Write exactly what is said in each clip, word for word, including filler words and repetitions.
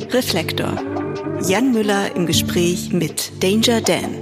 Reflektor. Jan Müller im Gespräch mit Danger Dan.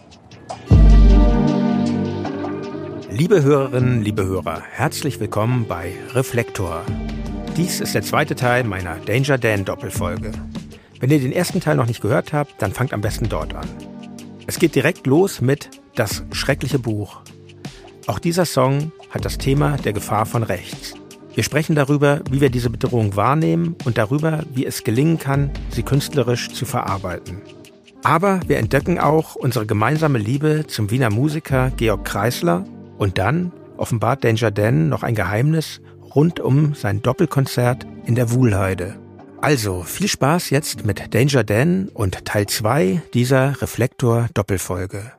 Liebe Hörerinnen, liebe Hörer, herzlich willkommen bei Reflektor. Dies ist der zweite Teil meiner Danger Dan Doppelfolge. Wenn ihr den ersten Teil noch nicht gehört habt, dann fangt am besten dort an. Es geht direkt los mit Das schreckliche Buch. Auch dieser Song hat das Thema der Gefahr von rechts. Wir sprechen darüber, wie wir diese Bedrohung wahrnehmen und darüber, wie es gelingen kann, sie künstlerisch zu verarbeiten. Aber wir entdecken auch unsere gemeinsame Liebe zum Wiener Musiker Georg Kreisler und dann offenbart Danger Dan noch ein Geheimnis rund um sein Doppelkonzert in der Wuhlheide. Also viel Spaß jetzt mit Danger Dan und Teil zwei dieser Reflektor-Doppelfolge.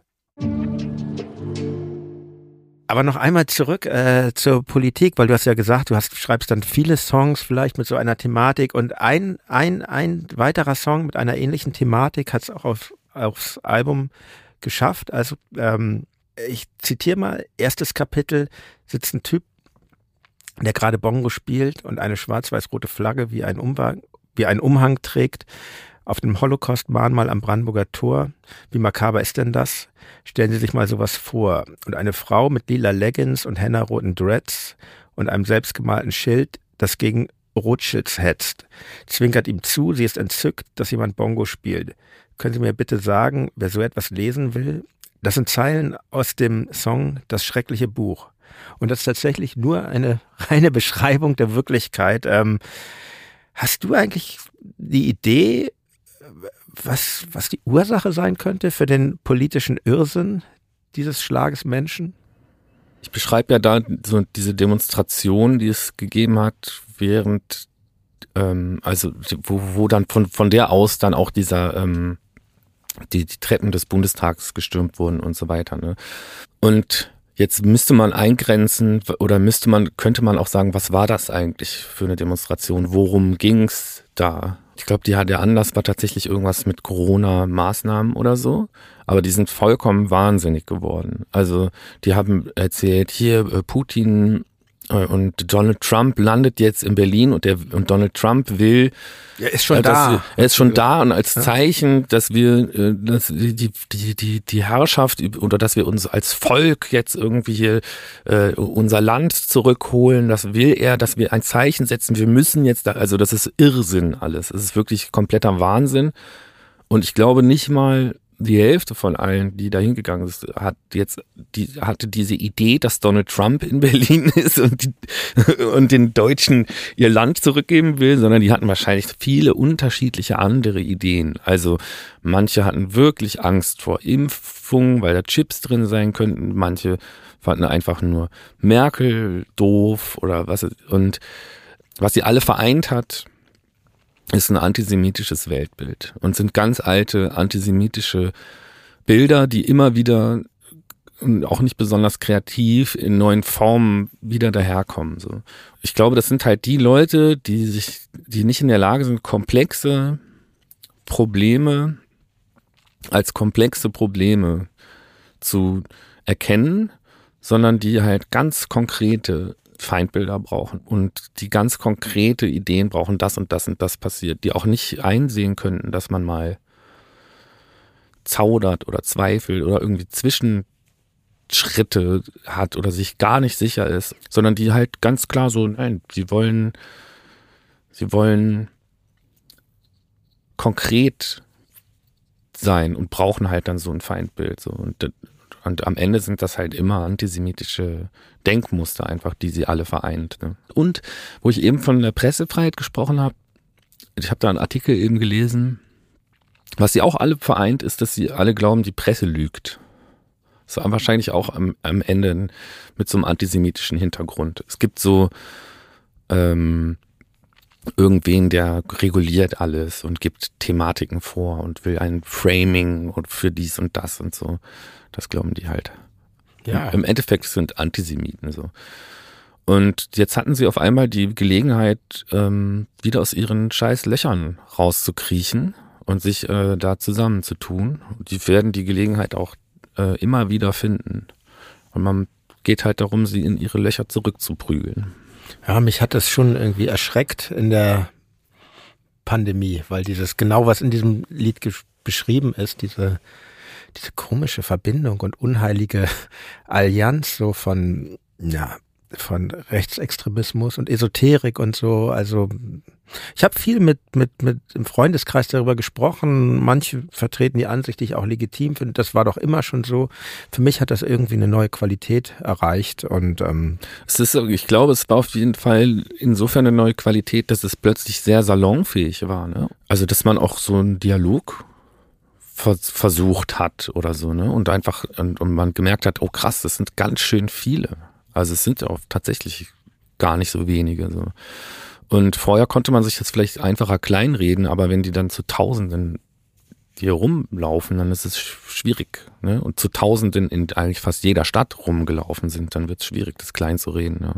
Aber noch einmal zurück äh, zur Politik, weil du hast ja gesagt, du hast, schreibst dann viele Songs vielleicht mit so einer Thematik und ein ein ein weiterer Song mit einer ähnlichen Thematik hat es auch auf, aufs Album geschafft. Also ähm, ich zitiere mal, erstes Kapitel, sitzt ein Typ, der gerade Bongo spielt und eine schwarz-weiß-rote Flagge wie ein Umhang, wie ein Umhang trägt auf dem Holocaust-Mahnmal am Brandenburger Tor. Wie makaber ist denn das? Stellen Sie sich mal sowas vor. Und eine Frau mit lila Leggings und henna-roten Dreads und einem selbstgemalten Schild, das gegen Rothschilds hetzt, zwinkert ihm zu, sie ist entzückt, dass jemand Bongo spielt. Können Sie mir bitte sagen, wer so etwas lesen will? Das sind Zeilen aus dem Song Das schreckliche Buch. Und das ist tatsächlich nur eine reine Beschreibung der Wirklichkeit. Ähm, hast du eigentlich die Idee, was, was die Ursache sein könnte für den politischen Irrsinn dieses Schlages Menschen? Ich beschreibe ja da so diese Demonstration, die es gegeben hat, während, ähm, also wo, wo dann von, von der aus dann auch dieser, ähm, die, die Treppen des Bundestags gestürmt wurden und so weiter. Ne? Und jetzt müsste man eingrenzen oder müsste man, könnte man auch sagen, was war das eigentlich für eine Demonstration? Worum ging's da? Ich glaube, die, der Anlass war tatsächlich irgendwas mit Corona-Maßnahmen oder so. Aber die sind vollkommen wahnsinnig geworden. Also die haben erzählt, hier Putin und Donald Trump landet jetzt in Berlin und der und Donald Trump will, er ist schon äh, da, wir, er ist schon da und als Zeichen, dass wir äh, dass die die die die Herrschaft oder dass wir uns als Volk jetzt irgendwie hier äh, unser Land zurückholen, das will er, dass wir ein Zeichen setzen. Wir müssen jetzt da, also das ist Irrsinn alles. Es ist wirklich kompletter Wahnsinn und ich glaube nicht mal die Hälfte von allen, die da hingegangen ist, hat jetzt, die, hatte diese Idee, dass Donald Trump in Berlin ist und, die, und den Deutschen ihr Land zurückgeben will, sondern die hatten wahrscheinlich viele unterschiedliche andere Ideen. Also manche hatten wirklich Angst vor Impfungen, weil da Chips drin sein könnten. Manche fanden einfach nur Merkel doof oder was. Und was sie alle vereint hat, ist ein antisemitisches Weltbild und sind ganz alte antisemitische Bilder, die immer wieder und auch nicht besonders kreativ in neuen Formen wieder daherkommen. So, ich glaube, das sind halt die Leute, die sich, die nicht in der Lage sind, komplexe Probleme als komplexe Probleme zu erkennen, sondern die halt ganz konkrete Feindbilder brauchen und die ganz konkrete Ideen brauchen, das und das und das passiert, die auch nicht einsehen könnten, dass man mal zaudert oder zweifelt oder irgendwie Zwischenschritte hat oder sich gar nicht sicher ist, sondern die halt ganz klar so, nein, sie wollen, sie wollen konkret sein und brauchen halt dann so ein Feindbild. So. Und, und am Ende sind das halt immer antisemitische Denkmuster einfach, die sie alle vereint. Ne? Und wo ich eben von der Pressefreiheit gesprochen habe, ich habe da einen Artikel eben gelesen, was sie auch alle vereint, ist, dass sie alle glauben, die Presse lügt. Das war wahrscheinlich auch am, am Ende mit so einem antisemitischen Hintergrund. Es gibt so ähm, irgendwen, der reguliert alles und gibt Thematiken vor und will ein Framing und für dies und das und so. Das glauben die halt. Ja. Im Endeffekt sind Antisemiten so. Und jetzt hatten sie auf einmal die Gelegenheit, ähm, wieder aus ihren scheiß Löchern rauszukriechen und sich äh, da zusammenzutun. Die werden die Gelegenheit auch äh, immer wieder finden. Und man geht halt darum, sie in ihre Löcher zurückzuprügeln. Ja, mich hat das schon irgendwie erschreckt in der Pandemie, weil dieses, genau was in diesem Lied gesch- beschrieben ist, diese, diese komische Verbindung und unheilige Allianz so von, ja, von Rechtsextremismus und Esoterik und so. Also ich habe viel mit mit mit im Freundeskreis darüber gesprochen. Manche vertreten die Ansicht, die ich auch legitim finde. Das war doch immer schon so. Für mich hat das irgendwie eine neue Qualität erreicht und ähm es ist, ich glaube, es war auf jeden Fall insofern eine neue Qualität, dass es plötzlich sehr salonfähig war. Ne? Also dass man auch so einen Dialog versucht hat oder so, ne? Und einfach und, und man gemerkt hat, oh krass, das sind ganz schön viele. Also es sind ja auch tatsächlich gar nicht so wenige. So. Und vorher konnte man sich das vielleicht einfacher kleinreden, aber wenn die dann zu Tausenden hier rumlaufen, dann ist es schwierig. Ne? Und zu Tausenden in eigentlich fast jeder Stadt rumgelaufen sind, dann wird es schwierig, das klein zu reden. Ja.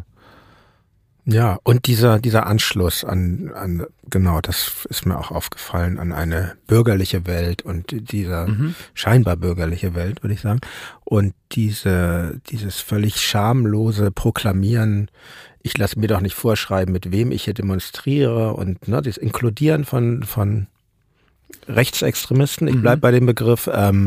Ja, und dieser, dieser Anschluss an, an, genau, das ist mir auch aufgefallen, an eine bürgerliche Welt und dieser mhm. scheinbar bürgerliche Welt, würde ich sagen. Und diese, dieses völlig schamlose Proklamieren, ich lasse mir doch nicht vorschreiben, mit wem ich hier demonstriere und, ne, das Inkludieren von, von Rechtsextremisten, ich bleib mhm. bei dem Begriff, ähm,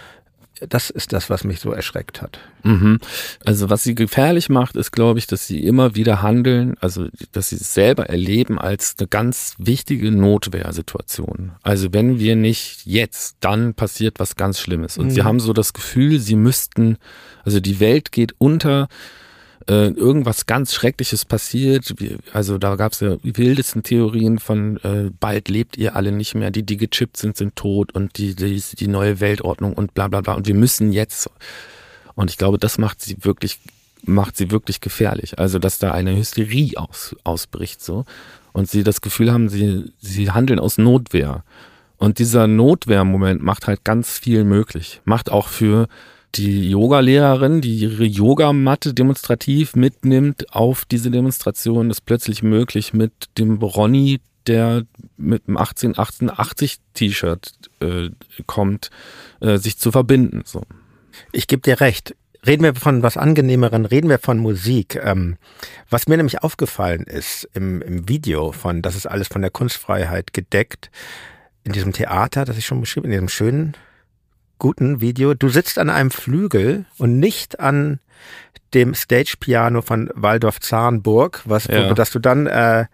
das ist das, was mich so erschreckt hat. Mhm. Also was sie gefährlich macht, ist, glaube ich, dass sie immer wieder handeln, also dass sie es selber erleben als eine ganz wichtige Notwehrsituation. Also wenn wir nicht jetzt, dann passiert was ganz Schlimmes. Und mhm. sie haben so das Gefühl, sie müssten, also die Welt geht unter, äh, irgendwas ganz Schreckliches passiert. Also da gab es ja die wildesten Theorien von äh, bald lebt ihr alle nicht mehr, die, die gechippt sind, sind tot und die, die, die neue Weltordnung und bla bla bla. Und wir müssen jetzt. Und ich glaube, das macht sie wirklich, macht sie wirklich gefährlich. Also dass da eine Hysterie aus, ausbricht so. Und sie das Gefühl haben, sie, sie handeln aus Notwehr. Und dieser Notwehrmoment macht halt ganz viel möglich. Macht auch für die Yoga-Lehrerin, die ihre Yogamatte demonstrativ mitnimmt auf diese Demonstration, ist plötzlich möglich mit dem Ronny, der mit dem achtzehn achtundachtzig T-Shirt äh, kommt, äh, sich zu verbinden. So. Ich gebe dir recht. Reden wir von was Angenehmeren, reden wir von Musik. Ähm, was mir nämlich aufgefallen ist im, im Video von, das ist alles von der Kunstfreiheit gedeckt, in diesem Theater, das ich schon beschrieben, in diesem schönen, guten Video. Du sitzt an einem Flügel und nicht an dem Stage-Piano von Waldorf-Zahnburg, was, ja. wo, dass du dann äh,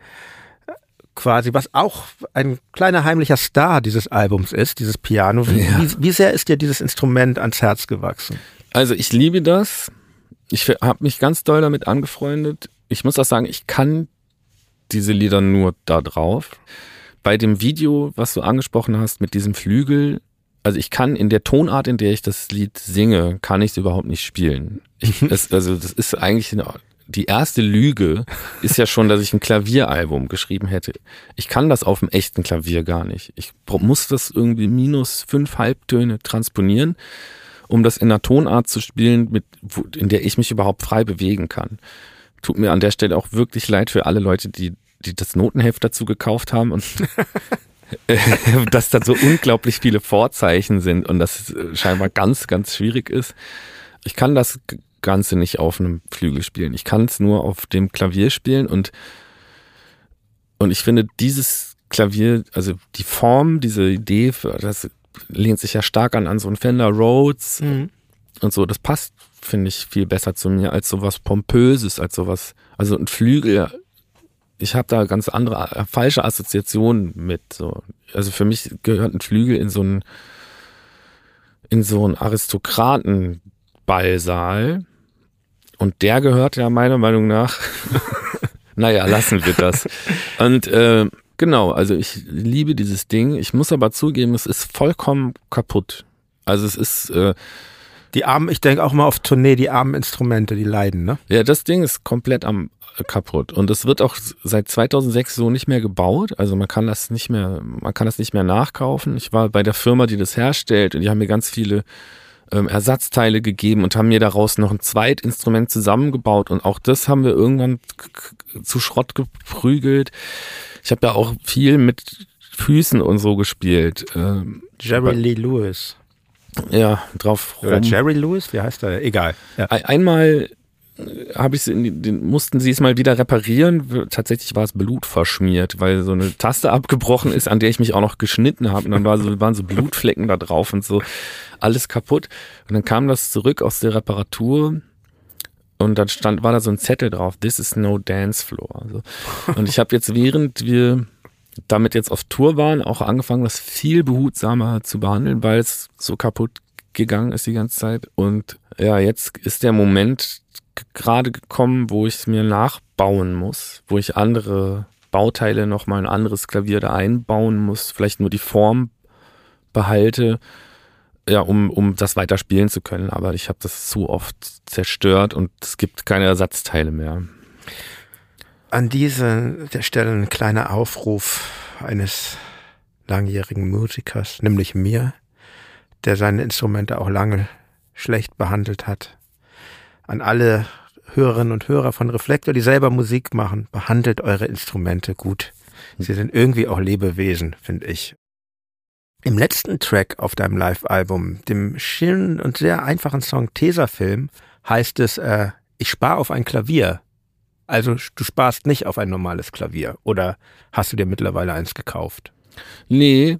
quasi, was auch ein kleiner heimlicher Star dieses Albums ist, dieses Piano. Wie, ja. wie, wie sehr ist dir dieses Instrument ans Herz gewachsen? Also ich liebe das. Ich habe mich ganz doll damit angefreundet. Ich muss auch sagen, ich kann diese Lieder nur da drauf. Bei dem Video, was du angesprochen hast, mit diesem Flügel, also ich kann in der Tonart, in der ich das Lied singe, kann ich es überhaupt nicht spielen. Ich, es, also das ist eigentlich eine, die erste Lüge ist ja schon, dass ich ein Klavieralbum geschrieben hätte. Ich kann das auf dem echten Klavier gar nicht. Ich muss das irgendwie minus fünf Halbtöne transponieren, um das in einer Tonart zu spielen, mit, in der ich mich überhaupt frei bewegen kann. Tut mir an der Stelle auch wirklich leid für alle Leute, die, die das Notenheft dazu gekauft haben und dass da so unglaublich viele Vorzeichen sind und das scheinbar ganz, ganz schwierig ist. Ich kann das Ganze nicht auf einem Flügel spielen. Ich kann es nur auf dem Klavier spielen und, und ich finde dieses Klavier, also die Form, diese Idee, das lehnt sich ja stark an, an so ein Fender Rhodes mhm. und so. Das passt, finde ich, viel besser zu mir als sowas Pompöses, als sowas, also ein Flügel. Ich habe da ganz andere, äh, falsche Assoziationen mit. So. Also für mich gehört ein Flügel in so einen, in so einen Aristokratenballsaal. Und der gehört ja meiner Meinung nach, naja, lassen wir das. Und äh, genau, also ich liebe dieses Ding. Ich muss aber zugeben, es ist vollkommen kaputt. Also es ist... Äh, die armen, ich denke auch mal auf Tournee, die armen Instrumente, die leiden, ne? Ja, das Ding ist komplett am kaputt. Und es wird auch seit zweitausendsechs so nicht mehr gebaut. Also man kann das nicht mehr, man kann das nicht mehr nachkaufen. Ich war bei der Firma, die das herstellt und die haben mir ganz viele ähm, Ersatzteile gegeben und haben mir daraus noch ein Zweitinstrument zusammengebaut und auch das haben wir irgendwann k- k- zu Schrott geprügelt. Ich habe da auch viel mit Füßen und so gespielt. Ähm, Jerry Lee Lewis. Ja, drauf rum. Oder Jerry Lewis, wie heißt der? Egal. Ja. Einmal habe ich in den, mussten sie es mal wieder reparieren. Tatsächlich war es blutverschmiert, weil so eine Taste abgebrochen ist, an der ich mich auch noch geschnitten habe. Und dann war so, waren so Blutflecken da drauf und so. Alles kaputt. Und dann kam das zurück aus der Reparatur. Und dann stand, war da so ein Zettel drauf. This is no dance floor. Also, und ich habe jetzt, während wir damit jetzt auf Tour waren, auch angefangen, das viel behutsamer zu behandeln, weil es so kaputt gegangen ist die ganze Zeit. Und ja, jetzt ist der Moment gerade gekommen, wo ich es mir nachbauen muss, wo ich andere Bauteile, nochmal ein anderes Klavier da einbauen muss, vielleicht nur die Form behalte, ja, um, um das weiter spielen zu können. Aber ich habe das zu oft zerstört und es gibt keine Ersatzteile mehr. An dieser der Stelle ein kleiner Aufruf eines langjährigen Musikers, nämlich mir, der seine Instrumente auch lange schlecht behandelt hat. An alle Hörerinnen und Hörer von Reflektor, die selber Musik machen, behandelt eure Instrumente gut. Sie sind irgendwie auch Lebewesen, finde ich. Im letzten Track auf deinem Live-Album, dem schönen und sehr einfachen Song Tesafilm, heißt es, äh, ich spare auf ein Klavier. Also du sparst nicht auf ein normales Klavier. Oder hast du dir mittlerweile eins gekauft? Nee,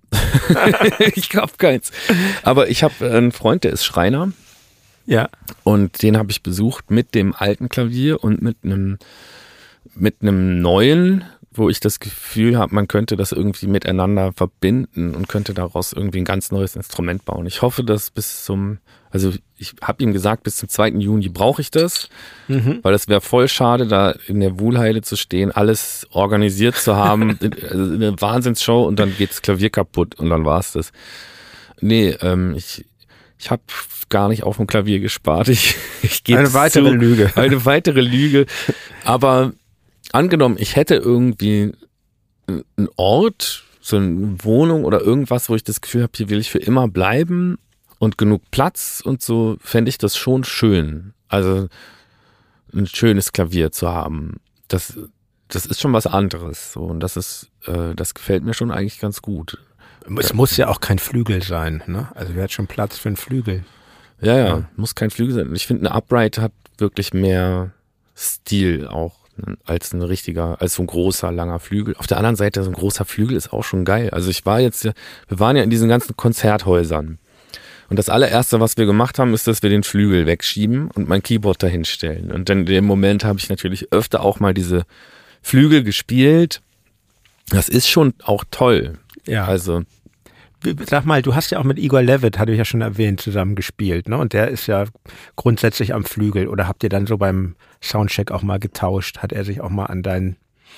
ich kaufe keins. Aber ich habe einen Freund, der ist Schreiner. Ja. Und den habe ich besucht mit dem alten Klavier und mit einem mit einem neuen, wo ich das Gefühl habe, man könnte das irgendwie miteinander verbinden und könnte daraus irgendwie ein ganz neues Instrument bauen. Ich hoffe, dass bis zum, also ich habe ihm gesagt, bis zum zweiten Juni brauche ich das, mhm. weil es wäre voll schade, da in der Wuhlheide zu stehen, alles organisiert zu haben, also eine Wahnsinnsshow und dann geht das Klavier kaputt und dann war es das. Nee, ähm, ich Ich habe gar nicht auf dem Klavier gespart. Ich, ich gebe Eine weitere zu, Lüge. Eine weitere Lüge. Aber angenommen, ich hätte irgendwie einen Ort, so eine Wohnung oder irgendwas, wo ich das Gefühl habe, hier will ich für immer bleiben und genug Platz und so, fände ich das schon schön. Also ein schönes Klavier zu haben. Das, das ist schon was anderes. So, und das ist, äh, das gefällt mir schon eigentlich ganz gut. Es muss ja auch kein Flügel sein, ne? Also wer hat schon Platz für einen Flügel? Ja, ja, ja. Muss kein Flügel sein. Ich finde, eine Upright hat wirklich mehr Stil auch als ein richtiger, als so ein großer, langer Flügel. Auf der anderen Seite, so ein großer Flügel ist auch schon geil. Also ich war jetzt, wir waren ja in diesen ganzen Konzerthäusern. Und das allererste, was wir gemacht haben, ist, dass wir den Flügel wegschieben und mein Keyboard dahin stellen. Und dann in dem Moment habe ich natürlich öfter auch mal diese Flügel gespielt. Das ist schon auch toll. Ja. Also sag mal, du hast ja auch mit Igor Levit, hatte ich ja schon erwähnt, zusammen gespielt, ne? Und der ist ja grundsätzlich am Flügel. Oder habt ihr dann so beim Soundcheck auch mal getauscht? Hat er sich auch mal an dein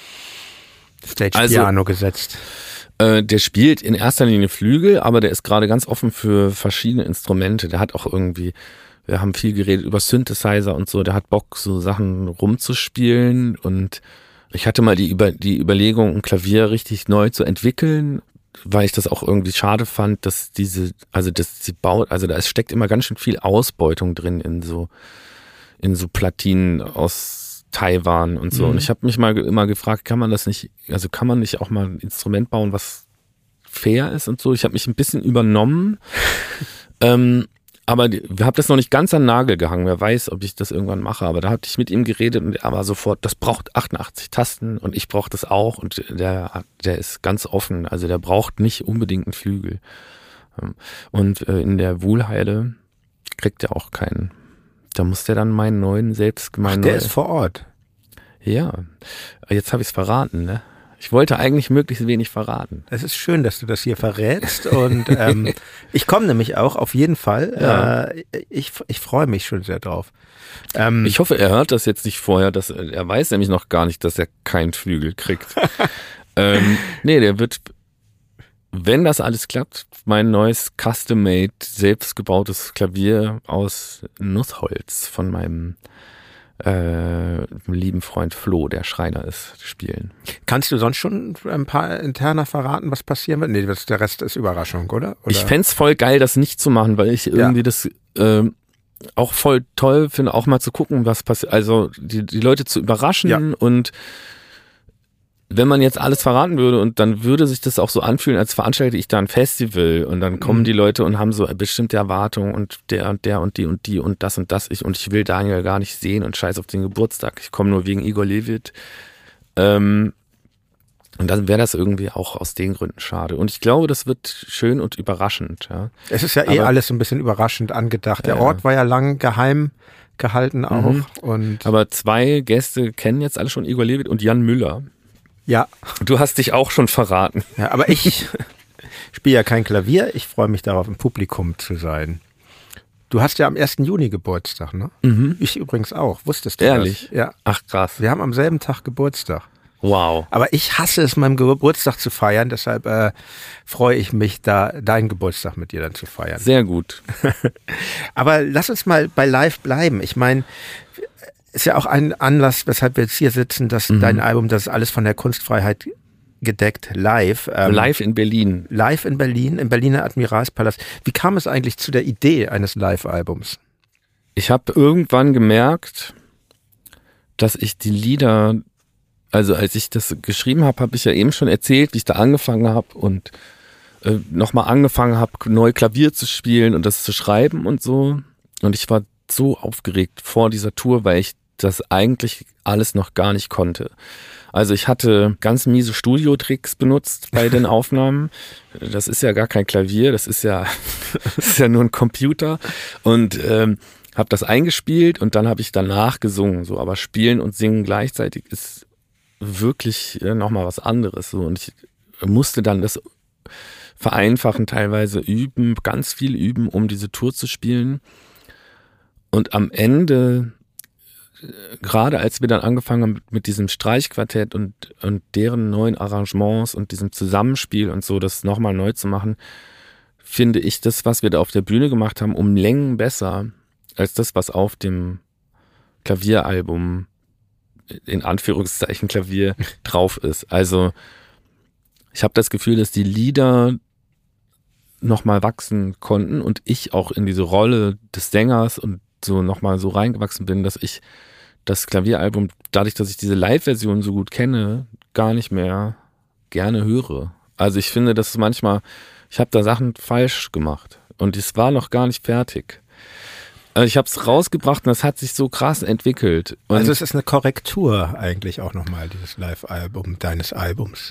Stage-Piano also, gesetzt? Äh, der spielt in erster Linie Flügel, aber der ist gerade ganz offen für verschiedene Instrumente. Der hat auch irgendwie, wir haben viel geredet über Synthesizer und so, der hat Bock, so Sachen rumzuspielen. Und ich hatte mal die, Über- die Überlegung, ein Klavier richtig neu zu entwickeln, weil ich das auch irgendwie schade fand, dass diese, also dass sie baut, also da es steckt immer ganz schön viel Ausbeutung drin in so, in so Platinen aus Taiwan und so. Mhm. Und ich habe mich mal immer gefragt, kann man das nicht, also kann man nicht auch mal ein Instrument bauen, was fair ist und so. Ich habe mich ein bisschen übernommen, ähm, aber ich habe das noch nicht ganz an den Nagel gehangen. Wer weiß, ob ich das irgendwann mache. Aber da hatte ich mit ihm geredet und er war sofort, das braucht achtundachtzig Tasten und ich brauche das auch. Und der, der ist ganz offen. Also der braucht nicht unbedingt einen Flügel. Und in der Wuhlheide kriegt er auch keinen. Da muss der dann meinen neuen selbst... Meinen Ach, der neuen, ist vor Ort. Ja, jetzt habe ich es verraten, ne? Ich wollte eigentlich möglichst wenig verraten. Es ist schön, dass du das hier verrätst und ähm, ich komme nämlich auch auf jeden Fall. Ja. Äh, ich ich freue mich schon sehr drauf. Ähm, ich hoffe, er hört das jetzt nicht vorher, dass er, er weiß nämlich noch gar nicht, dass er keinen Flügel kriegt. ähm, nee, der wird, wenn das alles klappt, mein neues custom-made, selbstgebautes Klavier aus Nussholz von meinem Äh, lieben Freund Flo, der Schreiner ist, spielen. Kannst du sonst schon ein paar interner verraten, was passieren wird? Nee, das, der Rest ist Überraschung, oder? oder? Ich fänd's voll geil, das nicht zu machen, weil ich irgendwie ja. das äh, auch voll toll finde, auch mal zu gucken, was passiert. Also die, die Leute zu überraschen ja. und wenn man jetzt alles verraten würde und dann würde sich das auch so anfühlen, als veranstalte ich da ein Festival und dann kommen mhm. die Leute und haben so bestimmte Erwartungen und der und der und die und die und das und das ich und ich will Daniel gar nicht sehen und scheiß auf den Geburtstag. Ich komme nur wegen Igor Levit. Ähm, und dann wäre das irgendwie auch aus den Gründen schade. Und ich glaube, das wird schön und überraschend. Ja. Es ist ja eh Aber, alles so ein bisschen überraschend angedacht. Der ja. Ort war ja lang geheim gehalten auch. Mhm. Und Aber zwei Gäste kennen jetzt alle schon Igor Levit und Jan Müller. Ja. Du hast dich auch schon verraten. Ja, aber ich spiele ja kein Klavier. Ich freue mich darauf, im Publikum zu sein. Du hast ja am ersten Juni Geburtstag, ne? Mhm. Ich übrigens auch. Wusstest du Ehrlich? das? Ja. Ach krass. Wir haben am selben Tag Geburtstag. Wow. Aber ich hasse es, meinen Geburtstag zu feiern. Deshalb äh, freue ich mich, da deinen Geburtstag mit dir dann zu feiern. Sehr gut. Aber lass uns mal bei Live bleiben. Ich meine, ist ja auch ein Anlass, weshalb wir jetzt hier sitzen, dass mhm. dein Album, das ist alles von der Kunstfreiheit gedeckt, live. Ähm, live in Berlin. Live in Berlin, im Berliner Admiralspalast. Wie kam es eigentlich zu der Idee eines Live-Albums? Ich habe irgendwann gemerkt, dass ich die Lieder, also als ich das geschrieben habe, habe ich ja eben schon erzählt, wie ich da angefangen habe und äh, nochmal angefangen habe, neu Klavier zu spielen und das zu schreiben und so. Und ich war so aufgeregt vor dieser Tour, weil ich das eigentlich alles noch gar nicht konnte. Also ich hatte ganz miese Studiotricks benutzt bei den Aufnahmen. Das ist ja gar kein Klavier, das ist ja, das ist ja nur ein Computer. Und ähm, habe das eingespielt und dann habe ich danach gesungen. So, aber spielen und singen gleichzeitig ist wirklich äh, nochmal was anderes. So. Und ich musste dann das vereinfachen, teilweise üben, ganz viel üben, um diese Tour zu spielen. Und am Ende, gerade als wir dann angefangen haben mit diesem Streichquartett und, und deren neuen Arrangements und diesem Zusammenspiel und so, das nochmal neu zu machen, finde ich das, was wir da auf der Bühne gemacht haben, um Längen besser als das, was auf dem Klavieralbum, in Anführungszeichen Klavier, drauf ist. Also ich habe das Gefühl, dass die Lieder nochmal wachsen konnten und ich auch in diese Rolle des Sängers und so nochmal so reingewachsen bin, dass ich das Klavieralbum, dadurch, dass ich diese Live-Version so gut kenne, gar nicht mehr gerne höre. Also ich finde, dass es manchmal, ich habe da Sachen falsch gemacht und es war noch gar nicht fertig. Ich habe es rausgebracht und das hat sich so krass entwickelt. Und also es ist eine Korrektur eigentlich auch nochmal, dieses Live-Album deines Albums.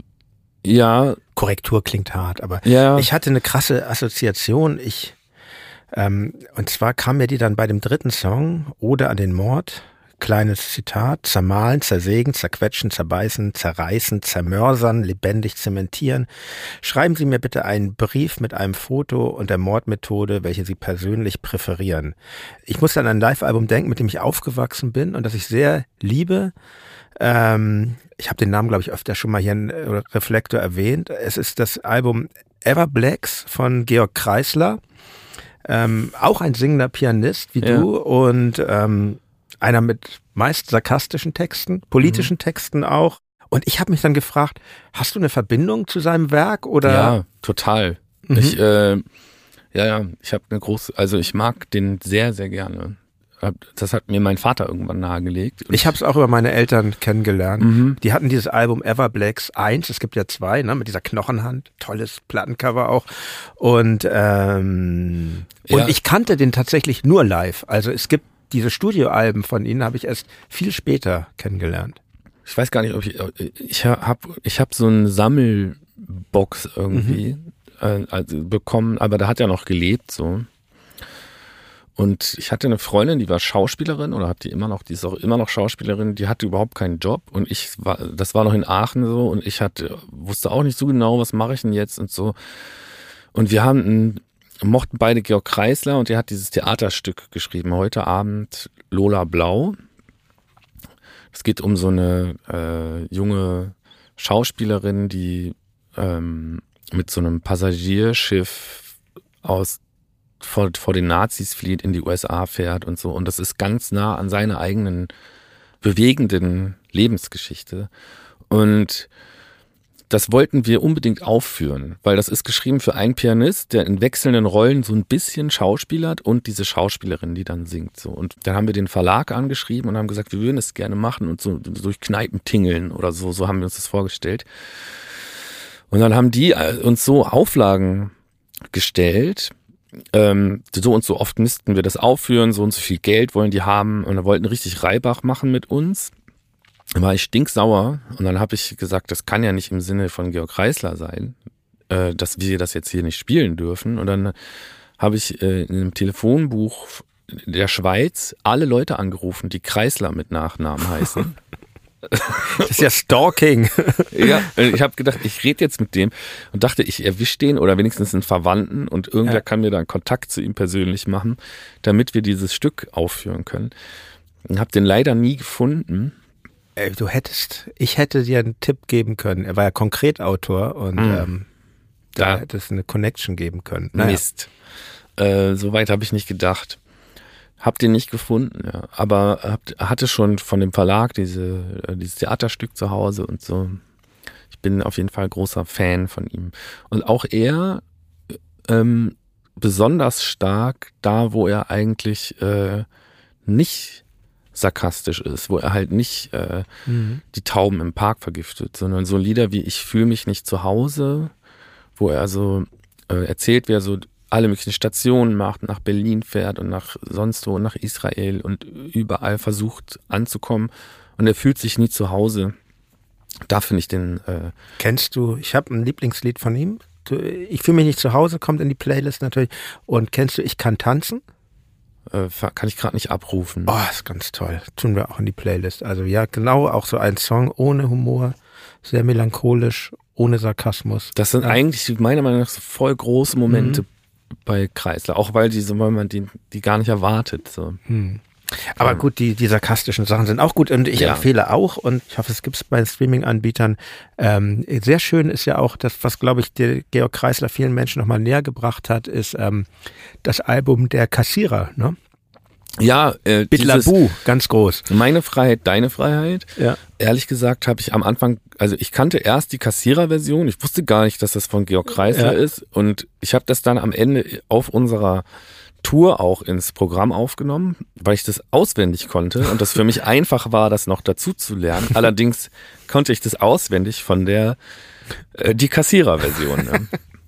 Ja. Korrektur klingt hart, aber ja. Ich hatte eine krasse Assoziation. Ich Ähm, und zwar kam mir die dann bei dem dritten Song, Ode an den Mord, kleines Zitat, zermahlen, zersägen, zerquetschen, zerbeißen, zerreißen, zermörsern, lebendig zementieren. Schreiben Sie mir bitte einen Brief mit einem Foto und der Mordmethode, welche Sie persönlich präferieren. Ich muss an ein Live-Album denken, mit dem ich aufgewachsen bin und das ich sehr liebe. Ähm, ich habe den Namen, glaube ich, öfter schon mal hier in Reflektor erwähnt. Es ist das Album Everblacks von Georg Kreisler. Ähm, auch ein singender Pianist wie ja. du und ähm, einer mit meist sarkastischen Texten, politischen mhm. Texten auch. Und ich habe mich dann gefragt, hast du eine Verbindung zu seinem Werk oder? Ja, total. Mhm. Ich, äh, ja, ja, ich habe eine große, also ich mag den sehr, sehr gerne. Das hat mir mein Vater irgendwann nahegelegt. Ich habe es auch über meine Eltern kennengelernt. Mhm. Die hatten dieses Album Everblacks eins, es gibt ja zwei, ne, mit dieser Knochenhand, tolles Plattencover auch. Und ähm, ja. und ich kannte den tatsächlich nur live. Also es gibt diese Studioalben von ihnen, habe ich erst viel später kennengelernt. Ich weiß gar nicht, ob ich ich habe ich habe so eine Sammelbox irgendwie mhm. äh, also bekommen, aber da hat er noch gelebt so. Und ich hatte eine Freundin, die war Schauspielerin oder hat die immer noch, die ist auch immer noch Schauspielerin, die hatte überhaupt keinen Job und ich war, das war noch in Aachen so und ich hatte, wusste auch nicht so genau, was mache ich denn jetzt und so. Und wir haben, ein, mochten beide Georg Kreisler und der hat dieses Theaterstück geschrieben, heute Abend Lola Blau. Es geht um so eine äh, junge Schauspielerin, die ähm, mit so einem Passagierschiff aus Vor, vor den Nazis flieht, in die U S A fährt und so. Und das ist ganz nah an seiner eigenen bewegenden Lebensgeschichte. Und das wollten wir unbedingt aufführen, weil das ist geschrieben für einen Pianist, der in wechselnden Rollen so ein bisschen schauspielert und diese Schauspielerin, die dann singt. So. Und dann haben wir den Verlag angeschrieben und haben gesagt, wir würden es gerne machen und so durch Kneipen tingeln oder so, so haben wir uns das vorgestellt. Und dann haben die uns so Auflagen gestellt, ähm, so und so oft müssten wir das aufführen, so und so viel Geld wollen die haben und dann wollten richtig Reibach machen mit uns. Dann war ich stinksauer und dann habe ich gesagt, das kann ja nicht im Sinne von Georg Kreisler sein, äh, dass wir das jetzt hier nicht spielen dürfen. Und dann habe ich äh, in einem Telefonbuch der Schweiz alle Leute angerufen, die Kreisler mit Nachnamen heißen. Das ist ja Stalking. Ja, ich habe gedacht, ich rede jetzt mit dem und dachte, ich erwische den oder wenigstens einen Verwandten und irgendwer ja. kann mir dann Kontakt zu ihm persönlich machen, damit wir dieses Stück aufführen können. Und habe den leider nie gefunden. Ey, du hättest, ich hätte dir einen Tipp geben können. Er war ja Konkretautor und mhm. ähm, da ja. hätte es eine Connection geben können. Naja. Mist. Äh, Soweit habe ich nicht gedacht. Hab den nicht gefunden, ja. Aber hab, hatte schon von dem Verlag diese, dieses Theaterstück zu Hause und so. Ich bin auf jeden Fall großer Fan von ihm. Und auch er ähm, besonders stark da, wo er eigentlich äh, nicht sarkastisch ist, wo er halt nicht äh, mhm. die Tauben im Park vergiftet, sondern so Lieder wie Ich fühle mich nicht zu Hause, wo er so äh, erzählt, wie er so alle möglichen Stationen macht, nach Berlin fährt und nach sonst wo, nach Israel und überall versucht anzukommen und er fühlt sich nie zu Hause. Da finde ich den... Äh Kennst du, ich habe ein Lieblingslied von ihm, du, Ich fühle mich nicht zu Hause, kommt in die Playlist natürlich. Und kennst du Ich kann tanzen? Äh, kann ich gerade nicht abrufen. Oh, ist ganz toll. Tun wir auch in die Playlist. Also ja, genau, auch so ein Song ohne Humor, sehr melancholisch, ohne Sarkasmus. Das sind ja. eigentlich meiner Meinung nach so voll große Momente mhm. bei Kreisler, auch weil die, weil man die, die gar nicht erwartet. So. Hm. Aber gut, die, die sarkastischen Sachen sind auch gut und ich ja. empfehle auch und ich hoffe, es gibt es bei Streaming-Anbietern. Ähm, sehr schön ist ja auch das, was glaube ich der Georg Kreisler vielen Menschen nochmal näher gebracht hat, ist ähm, das Album Der Kassierer, ne? Ja, äh, Bitlabu, ganz groß. Meine Freiheit, deine Freiheit. Ja. Ehrlich gesagt habe ich am Anfang, also ich kannte erst die Kassierer-Version, ich wusste gar nicht, dass das von Georg Kreisler ja. ist und ich habe das dann am Ende auf unserer Tour auch ins Programm aufgenommen, weil ich das auswendig konnte und das für mich einfach war, das noch dazu zu lernen. Allerdings konnte ich das auswendig von der äh, die Kassierer-Version. Ne?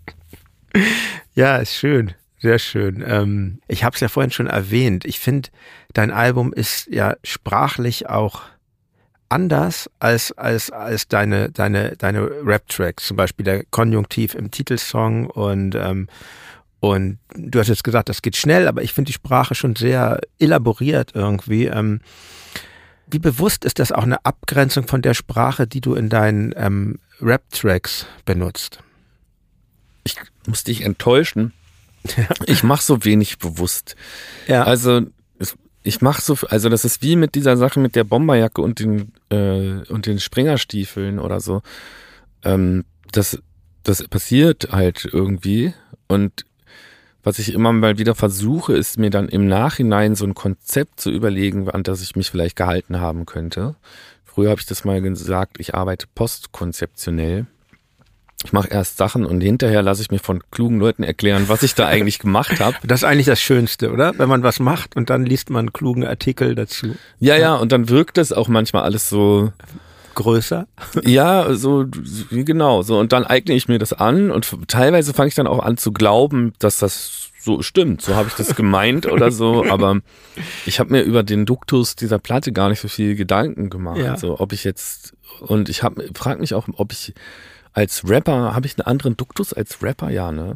Ja, ist schön. Sehr schön. Ähm, ich habe es ja vorhin schon erwähnt. Ich finde, dein Album ist ja sprachlich auch anders als als als deine deine deine Rap-Tracks. Zum Beispiel der Konjunktiv im Titelsong und ähm, und du hast jetzt gesagt, das geht schnell, aber ich finde die Sprache schon sehr elaboriert irgendwie. Ähm, wie bewusst ist das auch eine Abgrenzung von der Sprache, die du in deinen ähm, Rap-Tracks benutzt? Ich muss dich enttäuschen. Ja. Ich mache so wenig bewusst. Ja. Also ich mache so, also das ist wie mit dieser Sache mit der Bomberjacke und den äh, und den Springerstiefeln oder so. Ähm, das das passiert halt irgendwie und was ich immer mal wieder versuche, ist mir dann im Nachhinein so ein Konzept zu überlegen, an das ich mich vielleicht gehalten haben könnte. Früher habe ich das mal gesagt, ich arbeite postkonzeptionell. Ich mache erst Sachen und hinterher lasse ich mir von klugen Leuten erklären, was ich da eigentlich gemacht habe. Das ist eigentlich das Schönste, oder? Wenn man was macht und dann liest man einen klugen Artikel dazu. Ja, ja, und dann wirkt das auch manchmal alles so größer. Ja, so genau, so und dann eigne ich mir das an und teilweise fange ich dann auch an zu glauben, dass das so stimmt. So habe ich das gemeint oder so, aber ich habe mir über den Duktus dieser Platte gar nicht so viel Gedanken gemacht, ja. So ob ich jetzt und ich habe frage mich auch, ob ich als Rapper, habe ich einen anderen Duktus als Rapper? Ja, ne?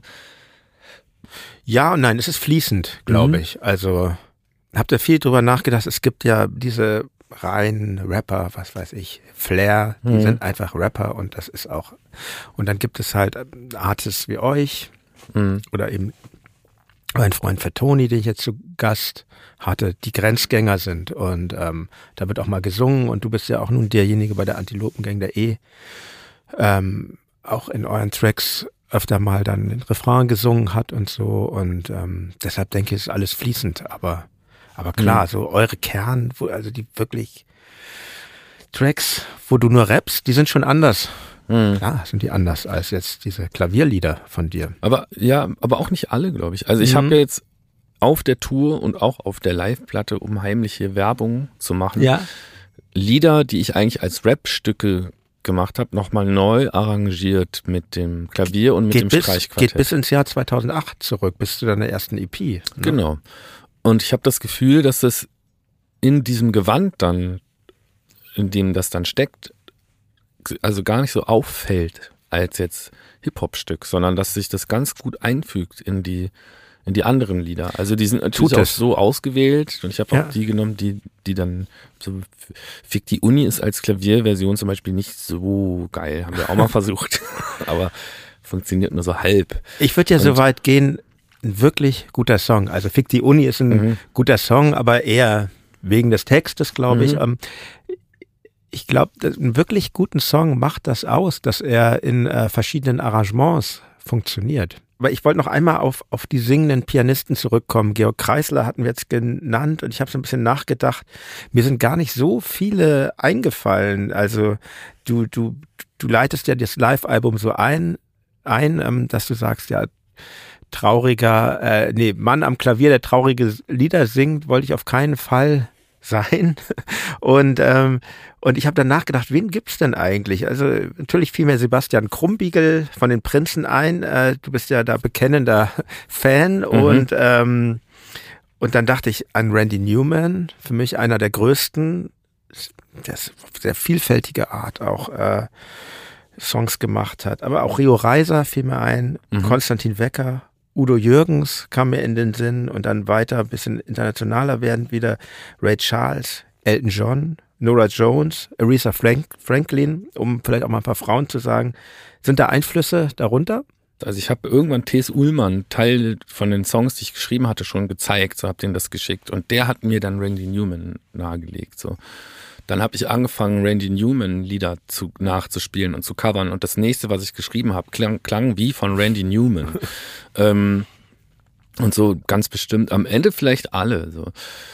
Ja und nein, es ist fließend, glaube mhm. ich. Also habt ihr viel drüber nachgedacht? Es gibt ja diese reinen Rapper, was weiß ich, Flair, die mhm. sind einfach Rapper und das ist auch, und dann gibt es halt Artists wie euch mhm. oder eben mein Freund Fatoni, den ich jetzt zu Gast hatte, die Grenzgänger sind und ähm, da wird auch mal gesungen und du bist ja auch nun derjenige bei der Antilopengang, der eh ähm, auch in euren Tracks öfter mal dann den Refrain gesungen hat und so und ähm, deshalb denke ich, ist alles fließend, aber aber klar, mhm. so eure Kern, wo, also die wirklich Tracks, wo du nur rappst, die sind schon anders Hm. Ja, sind die anders als jetzt diese Klavierlieder von dir. Aber ja, aber auch nicht alle, glaube ich. Also ich mhm. habe ja jetzt auf der Tour und auch auf der Live-Platte, um heimliche Werbung zu machen, ja. Lieder, die ich eigentlich als Rap-Stücke gemacht habe, nochmal neu arrangiert mit dem Klavier und mit geht dem bis, Streichquartett. Geht bis ins Jahr zweitausendacht zurück, bis zu deiner ersten E P. Ne? Genau. Und ich habe das Gefühl, dass das in diesem Gewand dann, in dem das dann steckt, also gar nicht so auffällt als jetzt Hip-Hop-Stück, sondern dass sich das ganz gut einfügt in die in die anderen Lieder. Also die sind natürlich auch so ausgewählt und ich habe auch ja. die genommen, die die dann so Fick die Uni ist als Klavierversion zum Beispiel nicht so geil, haben wir auch mal versucht, aber funktioniert nur so halb. Ich würde ja und so weit gehen, ein wirklich guter Song. Also Fick die Uni ist ein mhm. guter Song, aber eher wegen des Textes, glaube ich. Mhm. Ich glaube, einen wirklich guten Song macht das aus, dass er in äh, verschiedenen Arrangements funktioniert. Aber ich wollte noch einmal auf, auf die singenden Pianisten zurückkommen. Georg Kreisler hatten wir jetzt genannt und ich habe so ein bisschen nachgedacht. Mir sind gar nicht so viele eingefallen. Also du, du, du leitest ja das Live-Album so ein, ein ähm, dass du sagst, ja, trauriger, äh, nee, Mann am Klavier, der traurige Lieder singt, wollte ich auf keinen Fall sein. Und ähm, und ich habe dann nachgedacht, wen gibt's denn eigentlich? Also natürlich fiel mir Sebastian Krumbiegel von den Prinzen ein. Äh, du bist ja da bekennender Fan. Mhm. Und ähm, und dann dachte ich an Randy Newman, für mich einer der größten, der auf sehr vielfältige Art auch äh, Songs gemacht hat. Aber auch Rio Reiser fiel mir ein, mhm. Konstantin Wecker, Udo Jürgens kam mir in den Sinn und dann weiter ein bisschen internationaler werden wieder Ray Charles, Elton John, Nora Jones, Aretha Frank- Franklin, um vielleicht auch mal ein paar Frauen zu sagen. Sind da Einflüsse darunter? Also ich habe irgendwann T S. Ullmann Teil von den Songs, die ich geschrieben hatte, schon gezeigt, so habe denen das geschickt und der hat mir dann Randy Newman nahegelegt, so. Dann habe ich angefangen, Randy Newman Lieder zu, nachzuspielen und zu covern. Und das nächste, was ich geschrieben habe, klang, klang wie von Randy Newman. ähm, und so ganz bestimmt, am Ende vielleicht alle, so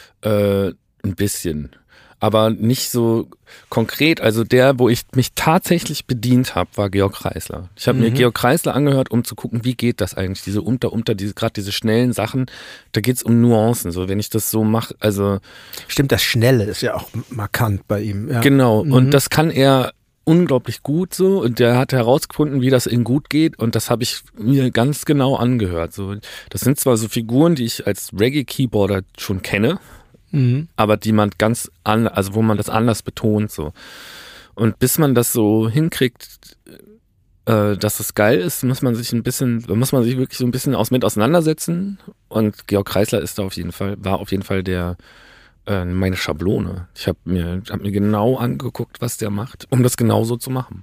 äh, ein bisschen. Aber nicht so konkret. Also der, wo ich mich tatsächlich bedient habe, war Georg Kreisler. Ich habe mhm. mir Georg Kreisler angehört, um zu gucken, wie geht das eigentlich? Diese unter, unter, diese, gerade diese schnellen Sachen, da geht's um Nuancen. So, wenn ich das so mache, also. Stimmt, das Schnelle ist ja auch markant bei ihm. Ja. Genau. Mhm. Und das kann er unglaublich gut so. Und der hat herausgefunden, wie das ihm gut geht. Und das habe ich mir ganz genau angehört. So, das sind zwar so Figuren, die ich als Reggae-Keyboarder schon kenne, Mhm. aber die man ganz an, also wo man das anders betont so. Und bis man das so hinkriegt, äh, dass es geil ist, muss man sich ein bisschen, muss man sich wirklich so ein bisschen aus, mit auseinandersetzen. Und Georg Kreisler ist da auf jeden Fall, war auf jeden Fall der äh, meine Schablone. Ich habe mir, hab mir genau angeguckt, was der macht, um das genauso zu machen.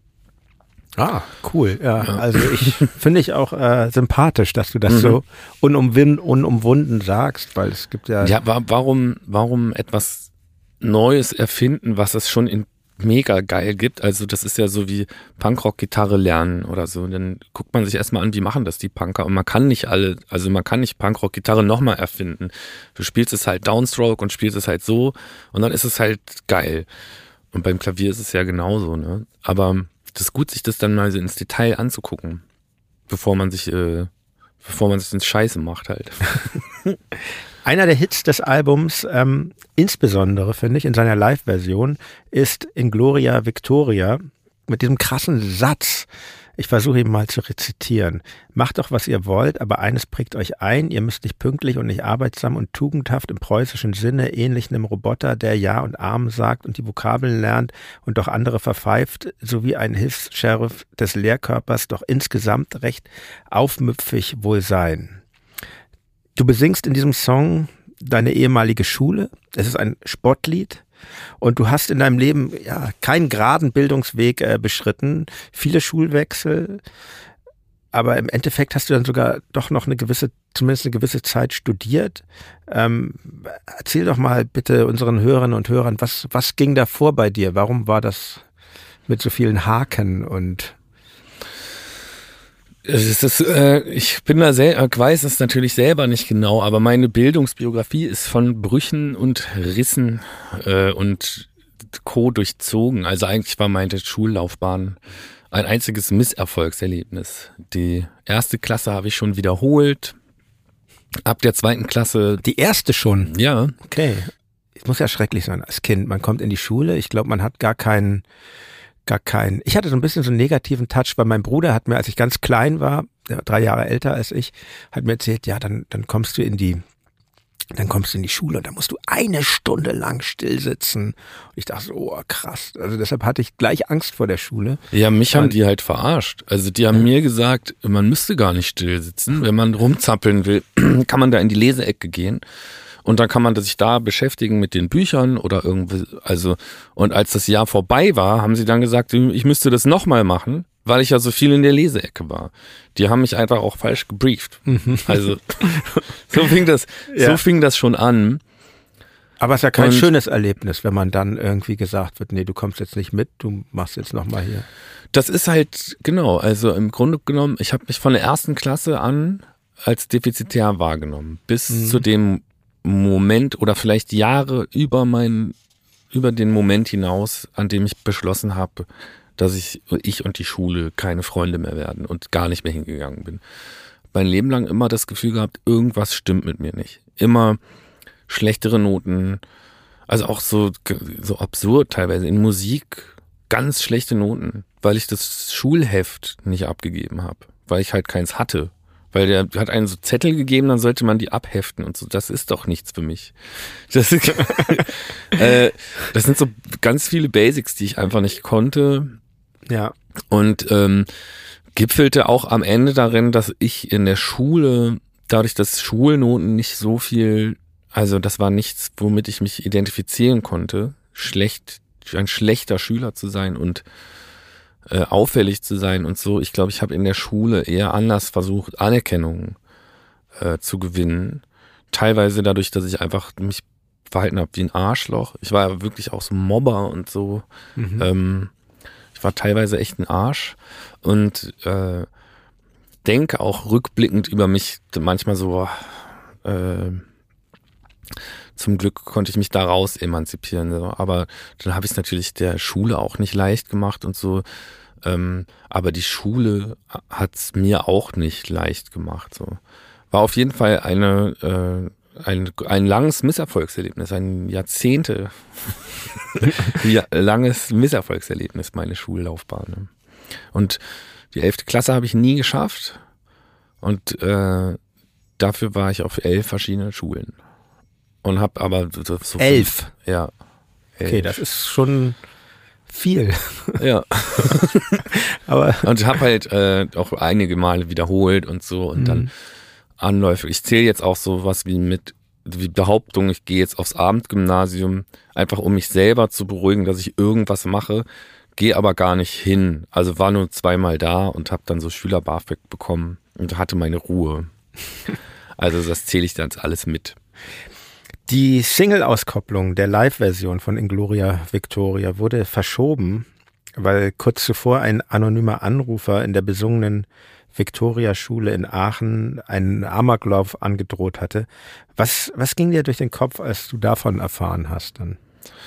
Ah, cool. Ja, ja. Also ich finde ich auch äh, sympathisch, dass du das mhm. so unumwin- unumwunden sagst, weil es gibt ja... Ja, warum, warum etwas Neues erfinden, was es schon in mega geil gibt? Also das ist ja so wie Punkrock-Gitarre lernen oder so. Und dann guckt man sich erstmal an, wie machen das die Punker? Und man kann nicht alle, also man kann nicht Punkrock-Gitarre nochmal erfinden. Du spielst es halt Downstroke und spielst es halt so und dann ist es halt geil. Und beim Klavier ist es ja genauso, ne? Aber das ist gut, sich das dann mal so ins Detail anzugucken, bevor man sich, äh, bevor man sich ins Scheiße macht halt. Einer der Hits des Albums, ähm, insbesondere finde ich in seiner Live-Version, ist In Gloria Victoria mit diesem krassen Satz. Ich versuche ihn mal zu rezitieren. Macht doch, was ihr wollt, aber eines prägt euch ein, ihr müsst nicht pünktlich und nicht arbeitsam und tugendhaft im preußischen Sinne, ähnlich einem Roboter, der Ja und Amen sagt und die Vokabeln lernt und doch andere verpfeift, sowie ein Hilfs-Sheriff des Lehrkörpers, doch insgesamt recht aufmüpfig wohl sein. Du besingst in diesem Song deine ehemalige Schule. Es ist ein Spottlied. Und du hast in deinem Leben ja keinen geraden Bildungsweg äh, beschritten, viele Schulwechsel, aber im Endeffekt hast du dann sogar doch noch eine gewisse, zumindest eine gewisse Zeit studiert. Ähm, erzähl doch mal bitte unseren Hörerinnen und Hörern, was, was ging da vor bei dir? Warum war das mit so vielen Haken und... Es ist, äh, ich bin da selber, weiß es natürlich selber nicht genau, aber meine Bildungsbiografie ist von Brüchen und Rissen äh, und Co. durchzogen. Also eigentlich war meine Schullaufbahn ein einziges Misserfolgserlebnis. Die erste Klasse habe ich schon wiederholt. Ab der zweiten Klasse. Die erste schon? Ja. Okay. Es muss ja schrecklich sein als Kind. Man kommt in die Schule. Ich glaube, man hat gar keinen, gar keinen. Ich hatte so ein bisschen so einen negativen Touch, weil mein Bruder hat mir, als ich ganz klein war, drei Jahre älter als ich, hat mir erzählt, ja, dann, dann kommst du in die, dann kommst du in die Schule und dann musst du eine Stunde lang still sitzen. Und ich dachte so, oh krass. Also deshalb hatte ich gleich Angst vor der Schule. Ja, mich und, haben die halt verarscht. Also die haben ja. mir gesagt, man müsste gar nicht still sitzen. Wenn man rumzappeln will, kann man da in die Leseecke gehen. Und dann kann man sich da beschäftigen mit den Büchern oder irgendwie, also, und als das Jahr vorbei war, haben sie dann gesagt, ich müsste das nochmal machen, weil ich ja so viel in der Leseecke war. Die haben mich einfach auch falsch gebrieft. Mhm. Also, so fing das, ja. so fing das schon an. Aber es ist ja kein und, schönes Erlebnis, wenn man dann irgendwie gesagt wird, nee, du kommst jetzt nicht mit, du machst jetzt nochmal hier. Das ist halt, genau, also im Grunde genommen, ich habe mich von der ersten Klasse an als defizitär wahrgenommen, bis mhm. zu dem Moment oder vielleicht Jahre über meinen, über den Moment hinaus, an dem ich beschlossen habe, dass ich, ich und die Schule keine Freunde mehr werden und gar nicht mehr hingegangen bin. Mein Leben lang immer das Gefühl gehabt, irgendwas stimmt mit mir nicht. Immer schlechtere Noten, also auch so, so absurd teilweise. In Musik ganz schlechte Noten, weil ich das Schulheft nicht abgegeben habe, weil ich halt keins hatte. Weil der hat einen so Zettel gegeben, dann sollte man die abheften und so. Das ist doch nichts für mich. Das, äh, das sind so ganz viele Basics, die ich einfach nicht konnte. Ja. Und ähm, gipfelte auch am Ende darin, dass ich in der Schule, dadurch, dass Schulnoten nicht so viel, also das war nichts, womit ich mich identifizieren konnte, schlecht, ein schlechter Schüler zu sein und Äh, auffällig zu sein und so. Ich glaube, ich habe in der Schule eher anders versucht, Anerkennung äh, zu gewinnen. Teilweise dadurch, dass ich einfach mich verhalten habe wie ein Arschloch. Ich war ja wirklich auch so Mobber und so. Mhm. Ähm, ich war teilweise echt ein Arsch und äh, denke auch rückblickend über mich manchmal so, äh, zum Glück konnte ich mich da raus emanzipieren. So. Aber dann habe ich es natürlich der Schule auch nicht leicht gemacht und so. Ähm, aber die Schule hat es mir auch nicht leicht gemacht. So. War auf jeden Fall eine, äh, ein, ein langes Misserfolgserlebnis, ein Jahrzehnte ja, langes Misserfolgserlebnis, meine Schullaufbahn. Ne? Und die elfte Klasse habe ich nie geschafft. Und äh, dafür war ich auf elf verschiedenen Schulen. Und hab aber so elf? Ja. Elf. Okay, das ist schon viel. Ja. aber und ich habe halt äh, auch einige Male wiederholt und so und mhm. dann Anläufe. Ich zähle jetzt auch sowas wie mit wie Behauptung, ich gehe jetzt aufs Abendgymnasium, einfach um mich selber zu beruhigen, dass ich irgendwas mache, gehe aber gar nicht hin. Also war nur zweimal da und habe dann so Schüler-BAföG bekommen und hatte meine Ruhe. Also das zähle ich dann alles mit. Die Single-Auskopplung der Live-Version von Ingloria Victoria wurde verschoben, weil kurz zuvor ein anonymer Anrufer in der besungenen Victoria-Schule in Aachen einen Amoklauf angedroht hatte. Was, was ging dir durch den Kopf, als du davon erfahren hast dann?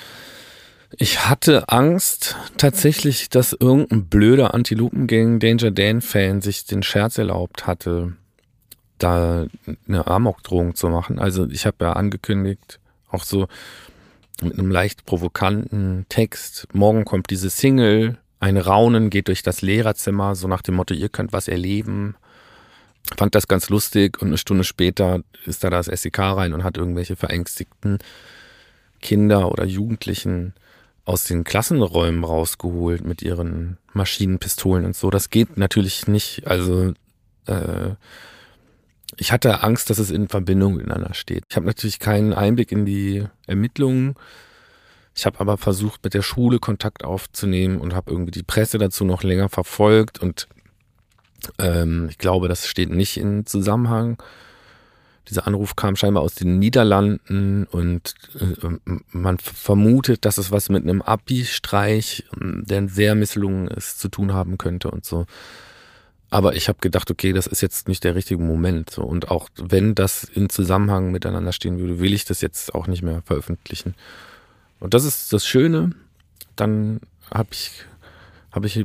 Ich hatte Angst tatsächlich, dass irgendein blöder Antilopengang Danger Dan-Fan sich den Scherz erlaubt hatte, da eine Amokdrohung zu machen. Also ich habe ja angekündigt, auch so mit einem leicht provokanten Text, morgen kommt diese Single, ein Raunen geht durch das Lehrerzimmer, so nach dem Motto, ihr könnt was erleben. Fand das ganz lustig und eine Stunde später ist da das S E K rein und hat irgendwelche verängstigten Kinder oder Jugendlichen aus den Klassenräumen rausgeholt mit ihren Maschinenpistolen und so. Das geht natürlich nicht, also äh, ich hatte Angst, dass es in Verbindung miteinander steht. Ich habe natürlich keinen Einblick in die Ermittlungen. Ich habe aber versucht, mit der Schule Kontakt aufzunehmen und habe irgendwie die Presse dazu noch länger verfolgt. Und ähm, ich glaube, das steht nicht in Zusammenhang. Dieser Anruf kam scheinbar aus den Niederlanden und äh, man vermutet, dass es was mit einem Abi-Streich, der sehr misslungen ist, zu tun haben könnte und so. Aber ich habe gedacht, okay, das ist jetzt nicht der richtige Moment. So. Und auch wenn das in Zusammenhang miteinander stehen würde, will ich das jetzt auch nicht mehr veröffentlichen. Und das ist das Schöne. Dann habe ich, hab ich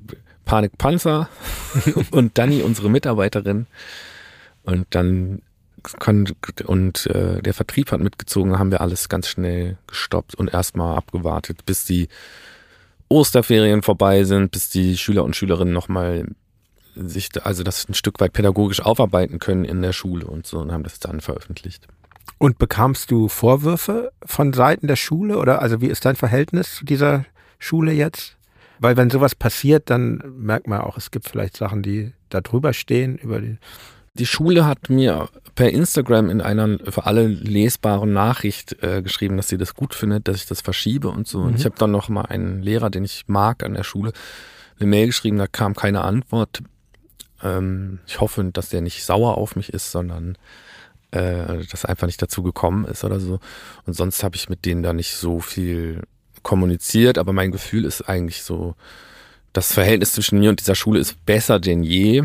Panikpanzer und Dani, unsere Mitarbeiterin. Und dann kann, und äh, der Vertrieb hat mitgezogen, haben wir alles ganz schnell gestoppt und erstmal abgewartet, bis die Osterferien vorbei sind, bis die Schüler und Schülerinnen nochmal sich, also das ein Stück weit pädagogisch aufarbeiten können in der Schule und so, und haben das dann veröffentlicht. Und bekamst du Vorwürfe von Seiten der Schule, oder also wie ist dein Verhältnis zu dieser Schule jetzt? Weil wenn sowas passiert, dann merkt man auch, es gibt vielleicht Sachen, die da drüber stehen, über die... Die Schule hat mir per Instagram in einer für alle lesbaren Nachricht äh, geschrieben, dass sie das gut findet, dass ich das verschiebe und so. Mhm. Und ich habe dann noch mal einen Lehrer, den ich mag an der Schule, eine Mail geschrieben, da kam keine Antwort. Ähm, ich hoffe, dass der nicht sauer auf mich ist, sondern äh, dass einfach nicht dazu gekommen ist oder so. Und sonst habe ich mit denen da nicht so viel kommuniziert, aber mein Gefühl ist eigentlich so, das Verhältnis zwischen mir und dieser Schule ist besser denn je.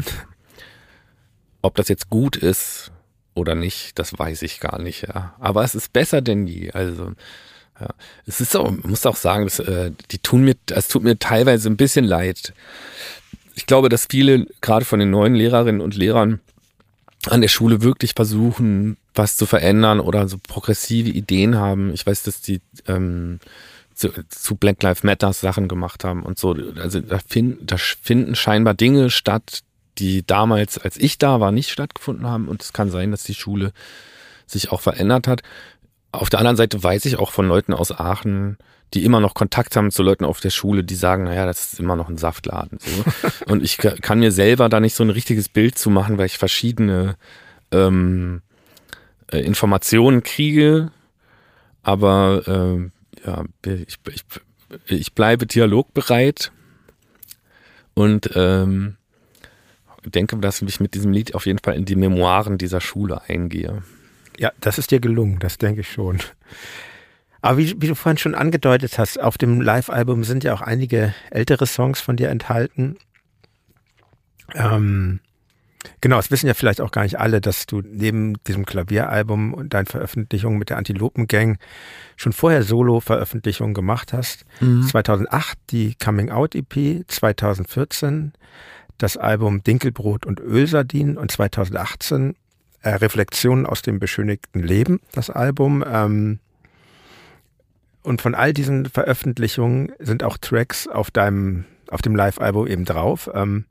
Ob das jetzt gut ist oder nicht, das weiß ich gar nicht, ja. Aber es ist besser denn je. Also, ja. Es ist auch, man muss auch sagen, dass, äh, die tun mir, es tut mir teilweise ein bisschen leid. Ich glaube, dass viele, gerade von den neuen Lehrerinnen und Lehrern an der Schule wirklich versuchen, was zu verändern oder so progressive Ideen haben. Ich weiß, dass die ähm, zu, zu Black Lives Matter Sachen gemacht haben und so. Also da, find, da finden scheinbar Dinge statt, die damals, als ich da war, nicht stattgefunden haben. Und es kann sein, dass die Schule sich auch verändert hat. Auf der anderen Seite weiß ich auch von Leuten aus Aachen, die immer noch Kontakt haben zu Leuten auf der Schule, die sagen, naja, das ist immer noch ein Saftladen. So. Und ich kann mir selber da nicht so ein richtiges Bild zu machen, weil ich verschiedene ähm, äh, Informationen kriege. Aber ähm, ja, ich, ich, ich bleibe dialogbereit und ähm, denke, dass ich mit diesem Lied auf jeden Fall in die Memoiren dieser Schule eingehe. Ja, das ist dir gelungen, das denke ich schon. Aber wie, wie du vorhin schon angedeutet hast, auf dem Live-Album sind ja auch einige ältere Songs von dir enthalten. Ähm, genau, das wissen ja vielleicht auch gar nicht alle, dass du neben diesem Klavieralbum und deinen Veröffentlichungen mit der Antilopen-Gang schon vorher Solo-Veröffentlichungen gemacht hast. Mhm. zweitausendacht die Coming-Out-E P, zweitausendvierzehn das Album Dinkelbrot und Ölsardinen und zweitausendachtzehn äh, Reflexionen aus dem beschönigten Leben, das Album. Ähm, und von all diesen Veröffentlichungen sind auch Tracks auf deinem, auf dem Live-Album eben drauf. Ähm,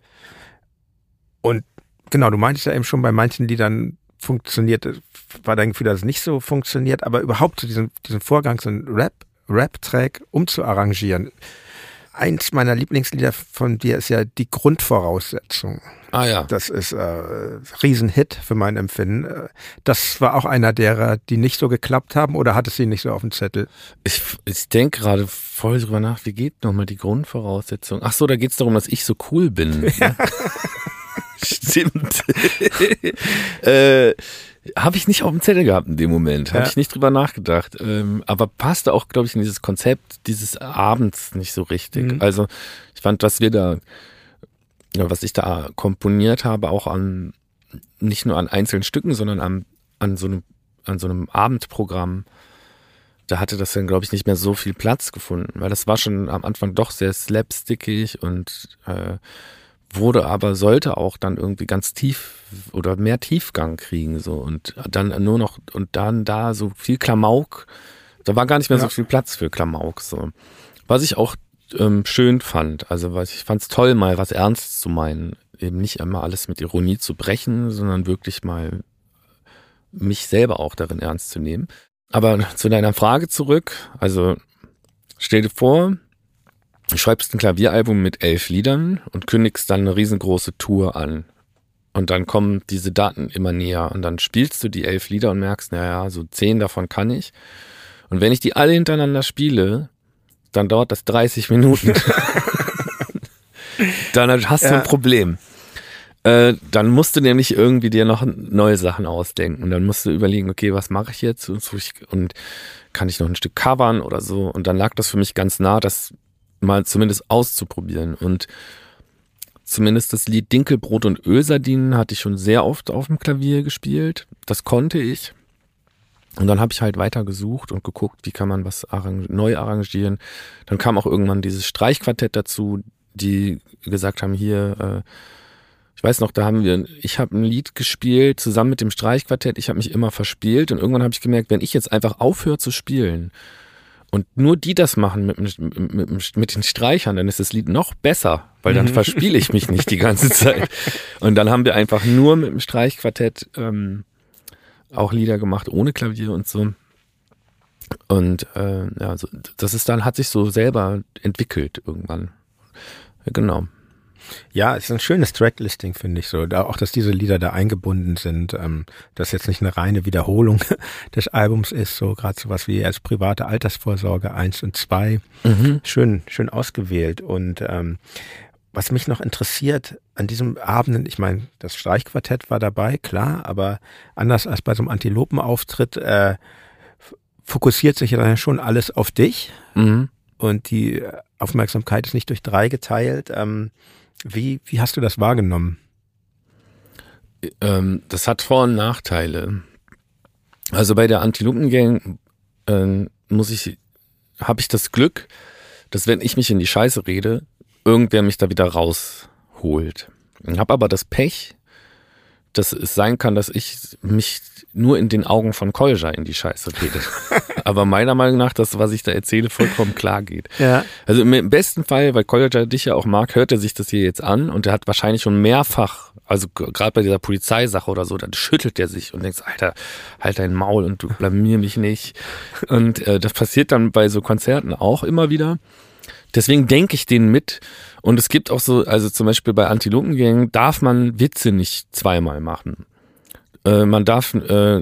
und genau, du meintest ja eben schon, bei manchen Liedern funktioniert, war dein Gefühl, dass es nicht so funktioniert, aber überhaupt zu so diesem, diesem Vorgang, so ein Rap, Rap-Track umzuarrangieren. Eins meiner Lieblingslieder von dir ist ja Die Grundvoraussetzung. Ah ja. Das ist äh, Riesenhit für mein Empfinden. Das war auch einer derer, die nicht so geklappt haben, oder hattest du ihn nicht so auf dem Zettel? Ich, ich denke gerade voll drüber nach, wie geht nochmal die Grundvoraussetzung? Ach so, da geht es darum, dass ich so cool bin. Ja. Stimmt. äh, Habe ich nicht auf dem Zettel gehabt in dem Moment. Habe ja. ich nicht drüber nachgedacht. Ähm, aber passte auch, glaube ich, in dieses Konzept dieses Abends nicht so richtig. Mhm. Also ich fand, was wir da, ja, was ich da komponiert habe, auch an, nicht nur an einzelnen Stücken, sondern an, an so einem, an so einem Abendprogramm, da hatte das dann, glaube ich, nicht mehr so viel Platz gefunden. Weil das war schon am Anfang doch sehr slapstickig und äh, wurde aber, sollte auch dann irgendwie ganz tief oder mehr Tiefgang kriegen, so, und dann nur noch, und dann da so viel Klamauk, da war gar nicht mehr ja. so viel Platz für Klamauk, so. Was ich auch ähm, schön fand, also was ich fand es toll, mal was ernst zu meinen, eben nicht immer alles mit Ironie zu brechen, sondern wirklich mal mich selber auch darin ernst zu nehmen. Aber zu deiner Frage zurück, also stell dir vor, du schreibst ein Klavieralbum mit elf Liedern und kündigst dann eine riesengroße Tour an. Und dann kommen diese Daten immer näher. Und dann spielst du die elf Lieder und merkst, naja, so zehn davon kann ich. Und wenn ich die alle hintereinander spiele, dann dauert das dreißig Minuten. Dann hast du ja. ein Problem. Äh, dann musst du nämlich irgendwie dir noch neue Sachen ausdenken. Und dann musst du überlegen, okay, was mache ich jetzt? Und, und kann ich noch ein Stück covern oder so? Und dann lag das für mich ganz nah, das mal zumindest auszuprobieren. Und zumindest das Lied Dinkelbrot und Ölsardinen hatte ich schon sehr oft auf dem Klavier gespielt. Das konnte ich. Und dann habe ich halt weiter gesucht und geguckt, wie kann man was arrange- neu arrangieren. Dann kam auch irgendwann dieses Streichquartett dazu, die gesagt haben, hier, äh, ich weiß noch, da haben wir, ich habe ein Lied gespielt, zusammen mit dem Streichquartett, ich habe mich immer verspielt und irgendwann habe ich gemerkt, wenn ich jetzt einfach aufhöre zu spielen und nur die das machen mit, mit, mit, mit den Streichern, dann ist das Lied noch besser, weil dann verspiele ich mich nicht die ganze Zeit. Und dann haben wir einfach nur mit dem Streichquartett ähm, auch Lieder gemacht, ohne Klavier und so. Und äh, ja, so, das ist dann, hat sich so selber entwickelt irgendwann. Ja, genau. Ja, es ist ein schönes Tracklisting, finde ich so. Da, auch, dass diese Lieder da eingebunden sind, ähm, dass jetzt nicht eine reine Wiederholung des Albums ist, so gerade sowas wie als private Altersvorsorge eins und zwei. Mhm. Schön, schön ausgewählt. Und ähm, was mich noch interessiert an diesem Abend, ich meine, das Streichquartett war dabei, klar, aber anders als bei so einem Antilopenauftritt äh, fokussiert sich ja dann schon alles auf dich. Mhm. Und die Aufmerksamkeit ist nicht durch drei geteilt. Ähm, Wie, wie hast du das wahrgenommen? Ähm, das hat Vor- und Nachteile. Also bei der Antilopen-Gang äh, muss ich, habe ich das Glück, dass wenn ich mich in die Scheiße rede, irgendwer mich da wieder rausholt. Ich habe aber das Pech, dass es sein kann, dass ich mich nur in den Augen von Kolja in die Scheiße rede. Aber meiner Meinung nach, das, was ich da erzähle, vollkommen klar geht. Ja. Also im besten Fall, weil Kolja dich ja auch mag, hört er sich das hier jetzt an und er hat wahrscheinlich schon mehrfach, also gerade bei dieser Polizeisache oder so, dann schüttelt er sich und denkt, Alter, halt dein Maul und du blamier mich nicht. Und äh, das passiert dann bei so Konzerten auch immer wieder. Deswegen denke ich denen mit. Und es gibt auch so, also zum Beispiel bei Antilopen-Gang darf man Witze nicht zweimal machen. Äh, man darf äh, äh,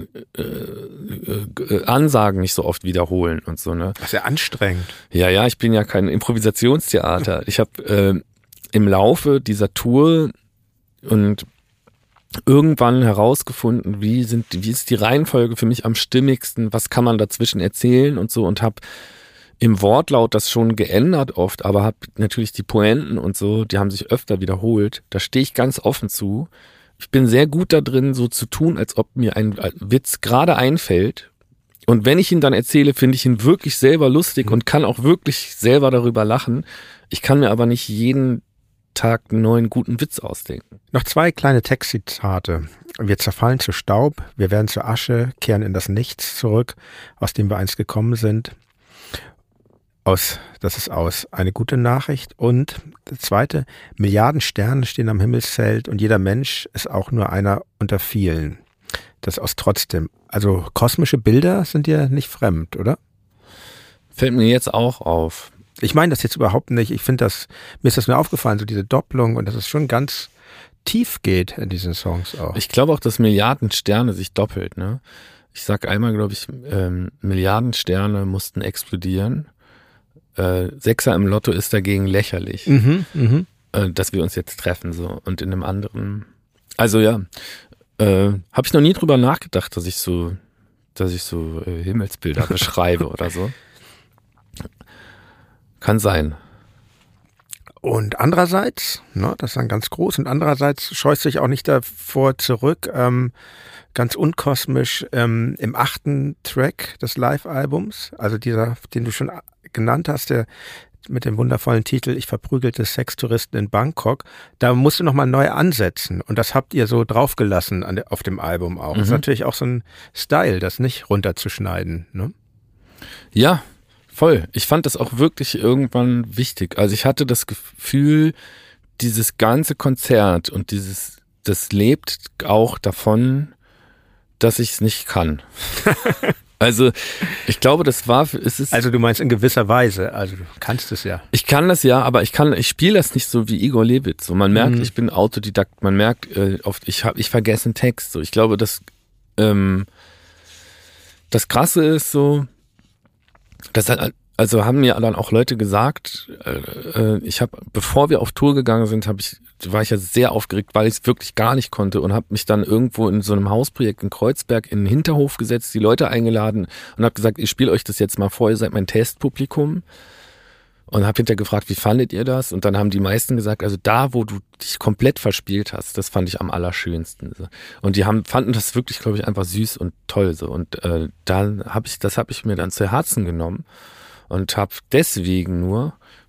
äh, Ansagen nicht so oft wiederholen und so, ne? Das ist ja anstrengend. Ja, ja, ich bin ja kein Improvisationstheater. Ich habe äh, im Laufe dieser Tour und irgendwann herausgefunden, wie sind, wie ist die Reihenfolge für mich am stimmigsten, was kann man dazwischen erzählen und so, und habe im Wortlaut das schon geändert oft, aber habe natürlich die Pointen und so, die haben sich öfter wiederholt. Da stehe ich ganz offen zu. Ich bin sehr gut da drin, so zu tun, als ob mir ein Witz gerade einfällt. Und wenn ich ihn dann erzähle, finde ich ihn wirklich selber lustig und kann auch wirklich selber darüber lachen. Ich kann mir aber nicht jeden Tag einen neuen guten Witz ausdenken. Noch zwei kleine Textzitate. Wir zerfallen zu Staub, wir werden zu Asche, kehren in das Nichts zurück, aus dem wir einst gekommen sind. Aus, das ist aus Eine gute Nachricht. Und das zweite, Milliarden Sterne stehen am Himmelszelt und jeder Mensch ist auch nur einer unter vielen. Das aus Trotzdem. Also kosmische Bilder sind dir nicht fremd, oder? Fällt mir jetzt auch auf. Ich meine das jetzt überhaupt nicht. Ich finde das, mir ist das mir aufgefallen, so diese Doppelung und dass es schon ganz tief geht in diesen Songs auch. Ich glaube auch, dass Milliarden Sterne sich doppelt, ne? Ich sag einmal, glaube ich, ähm, Milliarden Sterne mussten explodieren. Äh, Sechser im Lotto ist dagegen lächerlich, mhm, mh. äh, dass wir uns jetzt treffen, so. Und in einem anderen, also ja, äh, habe ich noch nie drüber nachgedacht, dass ich so, dass ich so äh, Himmelsbilder beschreibe oder so. Kann sein. Und andererseits, ne, das ist dann ganz groß, und andererseits scheust du dich auch nicht davor zurück, ähm, ganz unkosmisch ähm, im achten Track des Live-Albums, also dieser, den du schon genannt hast, der mit dem wundervollen Titel Ich verprügelte Sextouristen in Bangkok, da musst du nochmal neu ansetzen und das habt ihr so draufgelassen an der, auf dem Album auch. Mhm. Das ist natürlich auch so ein Style, das nicht runterzuschneiden, ne? Ja, voll. Ich fand das auch wirklich irgendwann wichtig. Also ich hatte das Gefühl, dieses ganze Konzert und dieses, das lebt auch davon, dass ich es nicht kann. Also ich glaube, das war, es ist. Also du meinst in gewisser Weise, also du kannst es ja. Ich kann das ja, aber ich kann, ich spiele das nicht so wie Igor Levit. So, man merkt, mhm. ich bin Autodidakt. Man merkt äh, oft, ich habe, ich vergesse einen Text. So, ich glaube, dass ähm, das Krasse ist so, das hat, also haben mir dann auch Leute gesagt, äh, ich habe, bevor wir auf Tour gegangen sind, habe ich, war ich ja sehr aufgeregt, weil ich es wirklich gar nicht konnte und habe mich dann irgendwo in so einem Hausprojekt in Kreuzberg in den Hinterhof gesetzt, die Leute eingeladen und habe gesagt, ich spiele euch das jetzt mal vor, ihr seid mein Testpublikum, und habe hinterher gefragt, wie fandet ihr das? Und dann haben die meisten gesagt, also da, wo du dich komplett verspielt hast, das fand ich am allerschönsten. Und die haben fanden das wirklich, glaube ich, einfach süß und toll so. Und äh, dann habe ich, das habe ich mir dann zu Herzen genommen. Und habe deswegen nur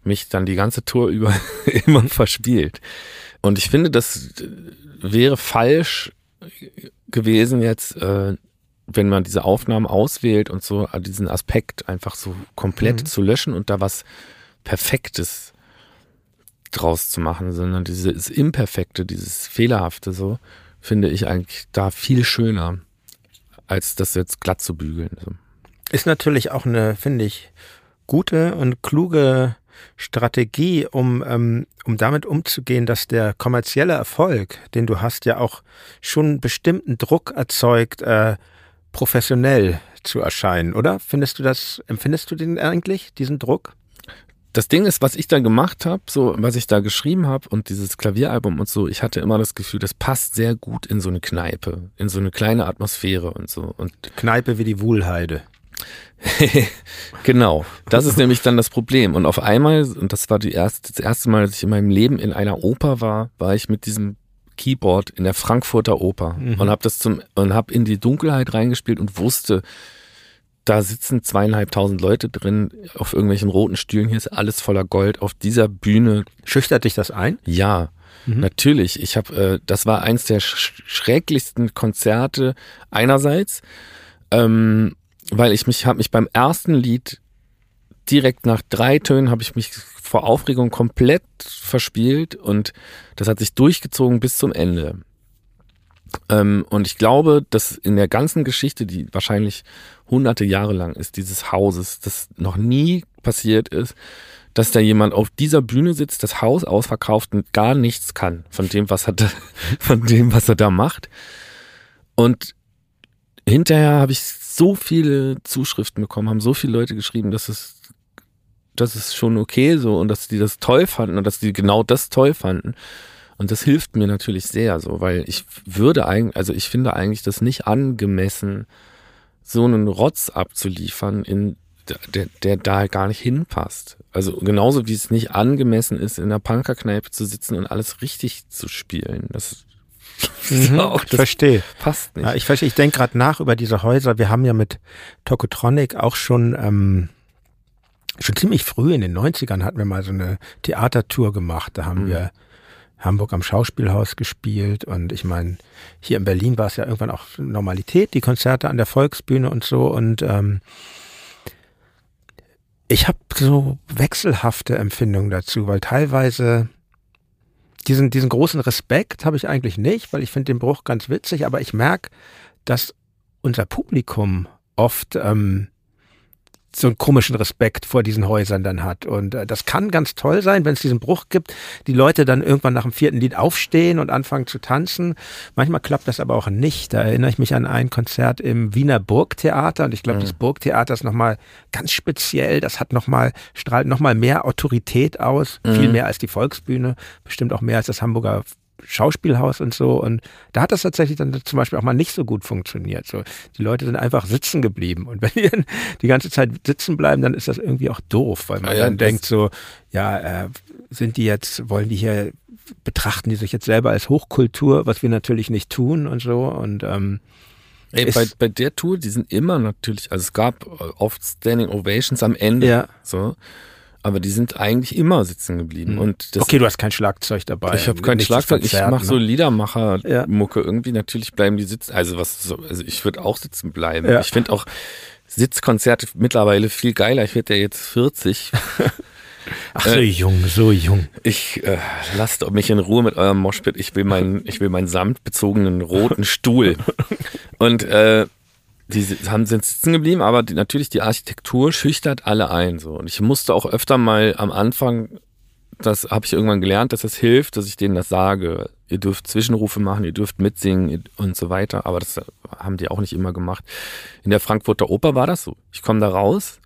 mich dann die ganze Tour über immer verspielt. Und ich finde, das wäre falsch gewesen jetzt, äh, wenn man diese Aufnahmen auswählt und so, diesen Aspekt einfach so komplett mhm. zu löschen und da was Perfektes draus zu machen, sondern dieses Imperfekte, dieses Fehlerhafte so, finde ich eigentlich da viel schöner, als das jetzt glatt zu bügeln. So. Ist natürlich auch eine, finde ich, gute und kluge Strategie, um, ähm, um damit umzugehen, dass der kommerzielle Erfolg, den du hast, ja auch schon einen bestimmten Druck erzeugt, äh, professionell zu erscheinen, oder? Findest du das, empfindest du den eigentlich, diesen Druck? Das Ding ist, was ich da gemacht habe, so was ich da geschrieben habe und dieses Klavieralbum und so, ich hatte immer das Gefühl, das passt sehr gut in so eine Kneipe, in so eine kleine Atmosphäre und so. Und Kneipe wie die Wuhlheide. Genau, das ist nämlich dann das Problem. Und auf einmal, und das war die erste, das erste Mal, dass ich in meinem Leben in einer Oper war, war ich mit diesem Keyboard in der Frankfurter Oper mhm. und habe das zum und habe in die Dunkelheit reingespielt und wusste, da sitzen zweieinhalbtausend Leute drin auf irgendwelchen roten Stühlen. Hier ist alles voller Gold auf dieser Bühne. Schüchtert dich das ein? Ja, mhm. natürlich. Ich habe, äh, das war eins der sch- schrecklichsten Konzerte einerseits, ähm, weil ich mich habe mich beim ersten Lied direkt nach drei Tönen habe ich mich vor Aufregung komplett verspielt und das hat sich durchgezogen bis zum Ende. Ähm, und ich glaube, dass in der ganzen Geschichte, die wahrscheinlich hunderte Jahre lang ist, dieses Hauses, das noch nie passiert ist, dass da jemand auf dieser Bühne sitzt, das Haus ausverkauft und gar nichts kann von dem, was er da, von dem, was er da macht. Und hinterher habe ich so viele Zuschriften bekommen, haben so viele Leute geschrieben, dass es das ist schon okay so und dass die das toll fanden und dass die genau das toll fanden. Und das hilft mir natürlich sehr so, weil ich würde eigentlich, also ich finde eigentlich das nicht angemessen, so einen Rotz abzuliefern, in der, der da gar nicht hinpasst. Also genauso wie es nicht angemessen ist, in der Punkerkneipe zu sitzen und alles richtig zu spielen. Das Mhm, auch, das verstehe. Passt nicht. Ja, ich verstehe, ich denke gerade nach über diese Häuser. Wir haben ja mit Tokotronic auch schon ähm, schon ziemlich früh in den neunzigern hatten wir mal so eine Theatertour gemacht. Da haben mhm. wir Hamburg am Schauspielhaus gespielt und ich meine, hier in Berlin war es ja irgendwann auch Normalität, die Konzerte an der Volksbühne und so und ähm, ich habe so wechselhafte Empfindungen dazu, weil teilweise diesen, diesen großen Respekt habe ich eigentlich nicht, weil ich finde den Bruch ganz witzig, aber ich merke, dass unser Publikum oft ähm, so einen komischen Respekt vor diesen Häusern dann hat. Und äh, das kann ganz toll sein, wenn es diesen Bruch gibt, die Leute dann irgendwann nach dem vierten Lied aufstehen und anfangen zu tanzen. Manchmal klappt das aber auch nicht. Da erinnere ich mich an ein Konzert im Wiener Burgtheater und ich glaube, mhm. das Burgtheater ist nochmal ganz speziell. Das hat nochmal, strahlt nochmal mehr Autorität aus, mhm. viel mehr als die Volksbühne, bestimmt auch mehr als das Hamburger Schauspielhaus und so und da hat das tatsächlich dann zum Beispiel auch mal nicht so gut funktioniert. So, die Leute sind einfach sitzen geblieben und wenn die dann die ganze Zeit sitzen bleiben, dann ist das irgendwie auch doof, weil man ja, dann denkt so, ja, äh, sind die jetzt, wollen die hier, betrachten die sich jetzt selber als Hochkultur, was wir natürlich nicht tun und so und ähm, Ey, bei, bei der Tour, die sind immer natürlich, also es gab oft Standing Ovations am Ende, ja. so. Aber die sind eigentlich immer sitzen geblieben. Mhm. Und das, okay, du hast kein Schlagzeug dabei. Ich habe kein Schlagzeug, ich mache so Liedermacher-Mucke. Ja. Irgendwie natürlich bleiben die sitzen. Also was so, also ich würde auch sitzen bleiben. Ja. Ich finde auch Sitzkonzerte mittlerweile viel geiler. Ich werde ja jetzt vierzig. Ach, so äh, jung, so jung. Ich äh, lasst mich in Ruhe mit eurem Moshpit. Ich will meinen, ich will meinen samtbezogenen roten Stuhl. Und äh, die haben, sind sitzen geblieben, aber die, natürlich die Architektur schüchtert alle ein. So. Und ich musste auch öfter mal am Anfang, das habe ich irgendwann gelernt, dass es das hilft, dass ich denen das sage. Ihr dürft Zwischenrufe machen, ihr dürft mitsingen und so weiter. Aber das haben die auch nicht immer gemacht. In der Frankfurter Oper war das so. Ich komme da raus,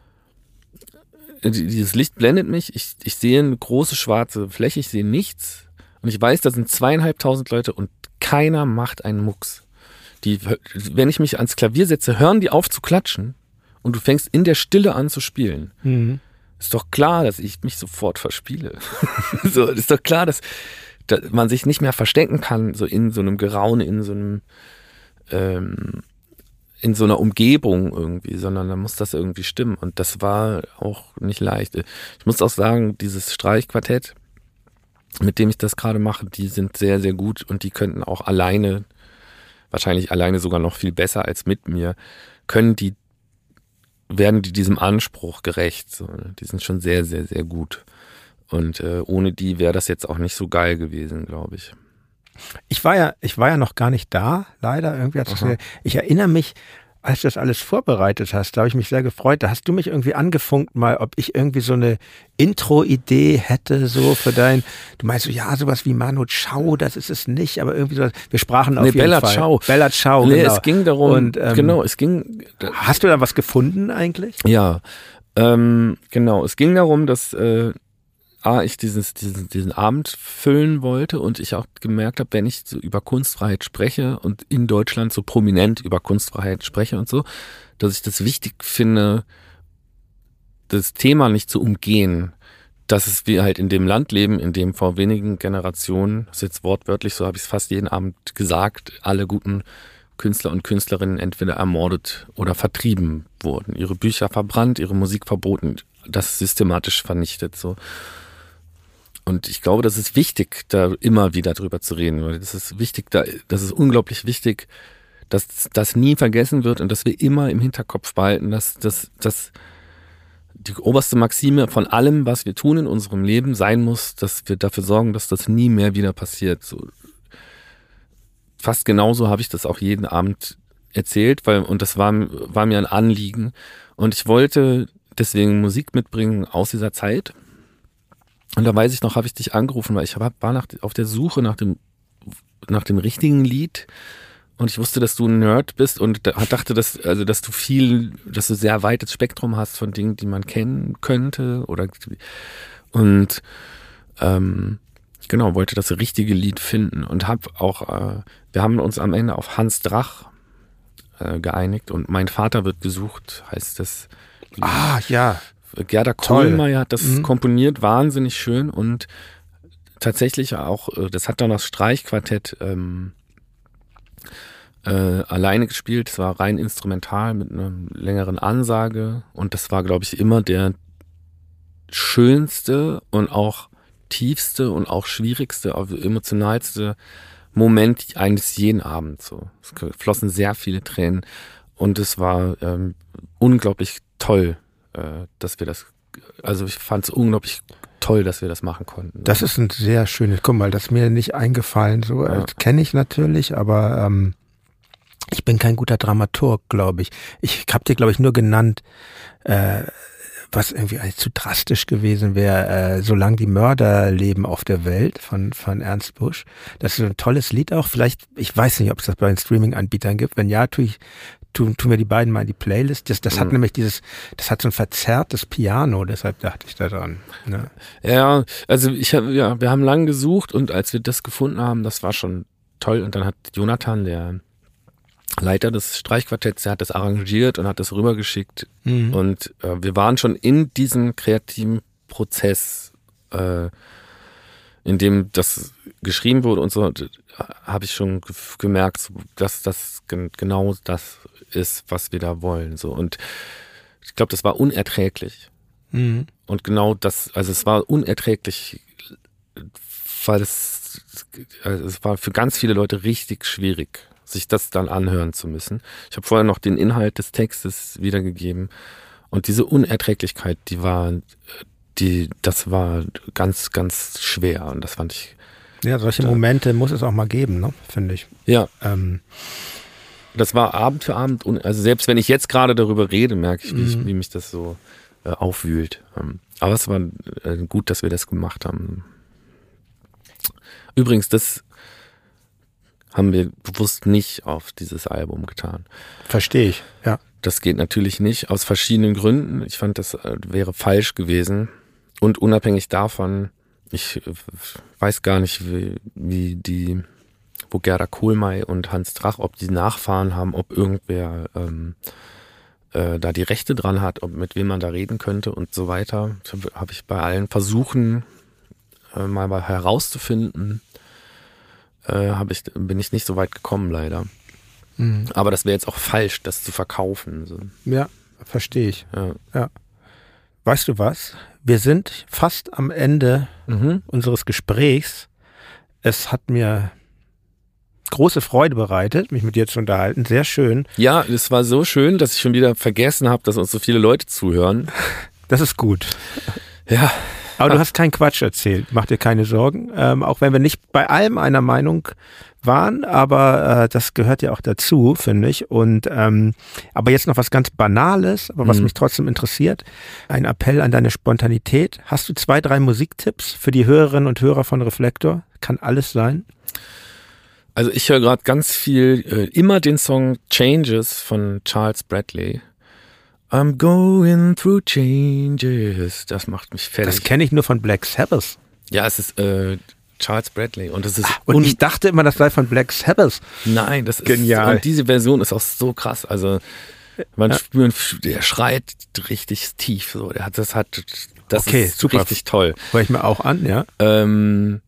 dieses Licht blendet mich, ich, ich sehe eine große schwarze Fläche, ich sehe nichts. Und ich weiß, da sind zweieinhalbtausend Leute und keiner macht einen Mucks. Die, wenn ich mich ans Klavier setze, hören die auf zu klatschen und du fängst in der Stille an zu spielen. Mhm. Ist doch klar, dass ich mich sofort verspiele. So, ist doch klar, dass, dass man sich nicht mehr verstecken kann, so in so einem Geraune, in so einem, ähm, in so einer Umgebung irgendwie, sondern da muss das irgendwie stimmen. Und das war auch nicht leicht. Ich muss auch sagen, dieses Streichquartett, mit dem ich das gerade mache, die sind sehr, sehr gut und die könnten auch alleine, wahrscheinlich alleine sogar noch viel besser als mit mir, können die, werden die diesem Anspruch gerecht. So, die sind schon sehr, sehr, sehr gut. Und äh, ohne die wäre das jetzt auch nicht so geil gewesen, glaube ich. Ich war ja, ich war ja noch gar nicht da, leider. Irgendwie hat es, ich erinnere mich, als du das alles vorbereitet hast, da habe ich mich sehr gefreut. Da hast du mich irgendwie angefunkt mal, ob ich irgendwie so eine Intro-Idee hätte, so für dein, du meinst so, ja, sowas wie Manu Chao, das ist es nicht, aber irgendwie so, wir sprachen auf nee, jeden Bella Fall. Ciao. Bella Ciao, nee, genau. es ging darum, Und, ähm, genau, es ging. Hast du da was gefunden eigentlich? Ja, ähm, genau, es ging darum, dass äh, A, ich dieses, diesen, diesen Abend füllen wollte und ich auch gemerkt habe, wenn ich so über Kunstfreiheit spreche und in Deutschland so prominent über Kunstfreiheit spreche und so, dass ich das wichtig finde, das Thema nicht zu umgehen, dass es wir halt in dem Land leben, in dem vor wenigen Generationen, das ist jetzt wortwörtlich, so habe ich es fast jeden Abend gesagt, alle guten Künstler und Künstlerinnen entweder ermordet oder vertrieben wurden, ihre Bücher verbrannt, ihre Musik verboten, das systematisch vernichtet, so. Und ich glaube, das ist wichtig, da immer wieder drüber zu reden, weil das ist wichtig, da, das ist unglaublich wichtig, dass das nie vergessen wird und dass wir immer im Hinterkopf behalten, dass, dass, dass die oberste Maxime von allem, was wir tun in unserem Leben, sein muss, dass wir dafür sorgen, dass das nie mehr wieder passiert. So, fast genauso habe ich das auch jeden Abend erzählt, weil, und das war, war mir ein Anliegen. Und ich wollte deswegen Musik mitbringen aus dieser Zeit. Und da weiß ich noch, habe ich dich angerufen, weil ich war nach, auf der Suche nach dem, nach dem richtigen Lied und ich wusste, dass du ein Nerd bist und dachte, dass, also, dass du viel, dass du sehr weites Spektrum hast von Dingen, die man kennen könnte oder, und, ähm, genau, wollte das richtige Lied finden und habe auch, äh, wir haben uns am Ende auf Hans Drach äh, geeinigt und Mein Vater wird gesucht, heißt das. Ah, ja. Gerda Kohlmeier hat das mhm. komponiert, wahnsinnig schön und tatsächlich auch, das hat dann das Streichquartett ähm, äh, alleine gespielt, es war rein instrumental mit einer längeren Ansage und das war, glaube ich, immer der schönste und auch tiefste und auch schwierigste, emotionalste Moment eines jeden Abends. So. Es flossen sehr viele Tränen und es war ähm, unglaublich toll, dass wir das, also ich fand es unglaublich toll, dass wir das machen konnten. Das ist ein sehr schönes, guck mal, das ist mir nicht eingefallen, so, ja. Das kenne ich natürlich, aber ähm, ich bin kein guter Dramaturg, glaube ich. Ich habe dir, glaube ich, nur genannt, äh, was irgendwie eigentlich zu drastisch gewesen wäre, äh, Solange die Mörder leben auf der Welt von von Ernst Busch. Das ist so ein tolles Lied auch, vielleicht, ich weiß nicht, ob es das bei den Streaming-Anbietern gibt, wenn ja, tue ich Tun, tun wir die beiden mal in die Playlist. Das, das hat mhm. nämlich dieses, das hat so ein verzerrtes Piano, deshalb dachte ich da dran. Ne? Ja, also ich habe, ja, wir haben lange gesucht und als wir das gefunden haben, das war schon toll. Und dann hat Jonathan, der Leiter des Streichquartetts, der hat das arrangiert und hat das rübergeschickt. Mhm. Und äh, wir waren schon in diesem kreativen Prozess, äh, in dem das geschrieben wurde und so, habe ich schon ge- gemerkt, dass das gen- genau das ist, was wir da wollen. So. Und ich glaube, das war unerträglich. Mhm. Und genau das, also es war unerträglich, weil es, also es war für ganz viele Leute richtig schwierig, sich das dann anhören zu müssen. Ich habe vorher noch den Inhalt des Textes wiedergegeben und diese Unerträglichkeit, die war, die, das war ganz, ganz schwer und das fand ich. Ja, solche da, Momente muss es auch mal geben, ne, finde ich. Ja. Ähm. Das war Abend für Abend, also selbst wenn ich jetzt gerade darüber rede, merke ich, wie, ich, wie mich das so äh, aufwühlt. Ähm, aber es war äh, gut, dass wir das gemacht haben. Übrigens, das haben wir bewusst nicht auf dieses Album getan. Verstehe ich, ja. Das geht natürlich nicht, aus verschiedenen Gründen. Ich fand, das äh, wäre falsch gewesen. Und unabhängig davon, ich äh, weiß gar nicht, wie, wie die, wo Gerda Kohlmeier und Hans Drach, ob die Nachfahren haben, ob irgendwer ähm, äh, da die Rechte dran hat, ob mit wem man da reden könnte und so weiter. Habe hab ich bei allen Versuchen äh, mal, mal herauszufinden, äh, hab ich, bin ich nicht so weit gekommen, leider. Mhm. Aber das wäre jetzt auch falsch, das zu verkaufen. So. Ja, verstehe ich. Ja. Ja. Weißt du was? Wir sind fast am Ende mhm. unseres Gesprächs. Es hat mir große Freude bereitet, mich mit dir zu unterhalten. Sehr schön. Ja, es war so schön, dass ich schon wieder vergessen habe, dass uns so viele Leute zuhören. Das ist gut. Ja. Aber du hast keinen Quatsch erzählt. Mach dir keine Sorgen. Ähm, auch wenn wir nicht bei allem einer Meinung waren, aber äh, das gehört ja auch dazu, finde ich. Und ähm, aber jetzt noch was ganz Banales, aber was mhm. mich trotzdem interessiert. Ein Appell an deine Spontanität. Hast du zwei, drei Musiktipps für die Hörerinnen und Hörer von Reflektor? Kann alles sein. Also ich höre gerade ganz viel, äh, immer den Song Changes von Charles Bradley. I'm going through changes. Das macht mich fertig. Das kenne ich nur von Black Sabbath. Ja, es ist äh, Charles Bradley und das ist Ach, und ich dachte immer, das sei von Black Sabbath. Nein, das ist genial. Und diese Version ist auch so krass. Also man ja. spürt, der schreit richtig tief. So, der hat das hat das okay, ist super. Richtig toll. Hör ich mir auch an, ja. Ähm,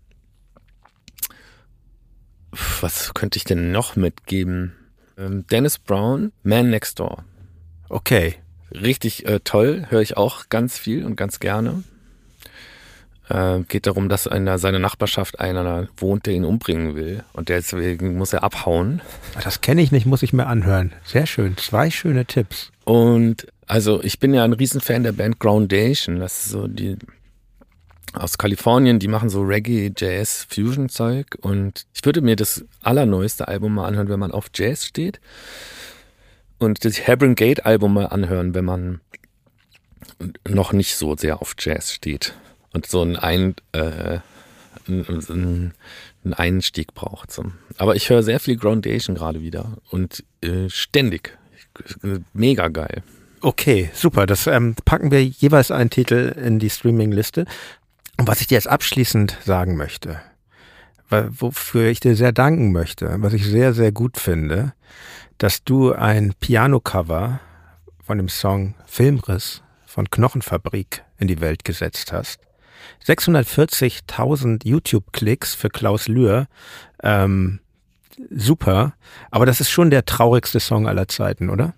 was könnte ich denn noch mitgeben? Ähm, Dennis Brown, Man Next Door. Okay. Richtig äh, toll, höre ich auch ganz viel und ganz gerne. Äh, geht darum, dass in seiner Nachbarschaft einer wohnt, der ihn umbringen will. Und deswegen muss er abhauen. Das kenne ich nicht, muss ich mir anhören. Sehr schön, zwei schöne Tipps. Und also ich bin ja ein Riesenfan der Band Groundation. Das ist so die aus Kalifornien, die machen so Reggae, Jazz, Fusion-Zeug. Und ich würde mir das allerneueste Album mal anhören, wenn man auf Jazz steht. Und das Hebron Gate Album mal anhören, wenn man noch nicht so sehr auf Jazz steht und so einen, Ein, äh, einen Einstieg braucht. So. Aber ich höre sehr viel Groundation gerade wieder und äh, ständig. Mega geil. Okay, super. Das ähm, packen wir jeweils einen Titel in die Streaming-Liste. Und was ich dir jetzt abschließend sagen möchte, weil, wofür ich dir sehr danken möchte, was ich sehr, sehr gut finde, dass du ein Piano-Cover von dem Song Filmriss von Knochenfabrik in die Welt gesetzt hast. sechshundertvierzigtausend YouTube-Klicks für Klaus Lühr. Ähm, super. Aber das ist schon der traurigste Song aller Zeiten, oder?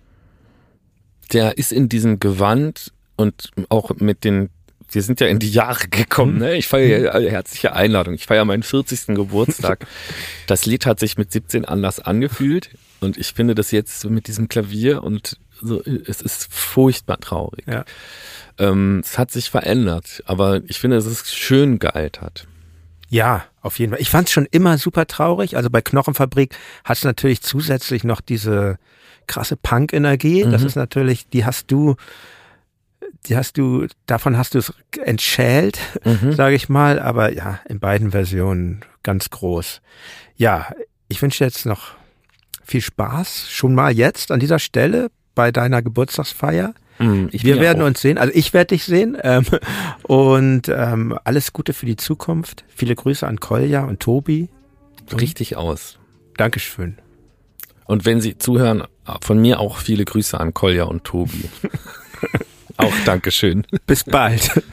Der ist in diesem Gewand und auch mit den, wir sind ja in die Jahre gekommen, ne? Ich feiere ja herzliche Einladung. Ich feiere meinen vierzigsten Geburtstag. Das Lied hat sich mit siebzehn anders angefühlt. Und ich finde das jetzt mit diesem Klavier und so, es ist furchtbar traurig. Ja. Ähm, es hat sich verändert, aber ich finde, dass es schön gealtert. Ja, auf jeden Fall. Ich fand es schon immer super traurig. Also bei Knochenfabrik hat es natürlich zusätzlich noch diese krasse Punk-Energie. Mhm. Das ist natürlich, die hast du, die hast du, davon hast du es entschält, mhm. sage ich mal. Aber ja, in beiden Versionen ganz groß. Ja, ich wünsche jetzt noch viel Spaß, schon mal jetzt an dieser Stelle bei deiner Geburtstagsfeier. Mm, Wir werden auch. uns sehen, also ich werde dich sehen ähm, und ähm, alles Gute für die Zukunft. Viele Grüße an Kolja und Tobi. Richtig aus. Dankeschön. Und wenn Sie zuhören, von mir auch viele Grüße an Kolja und Tobi. Auch Dankeschön. Bis bald.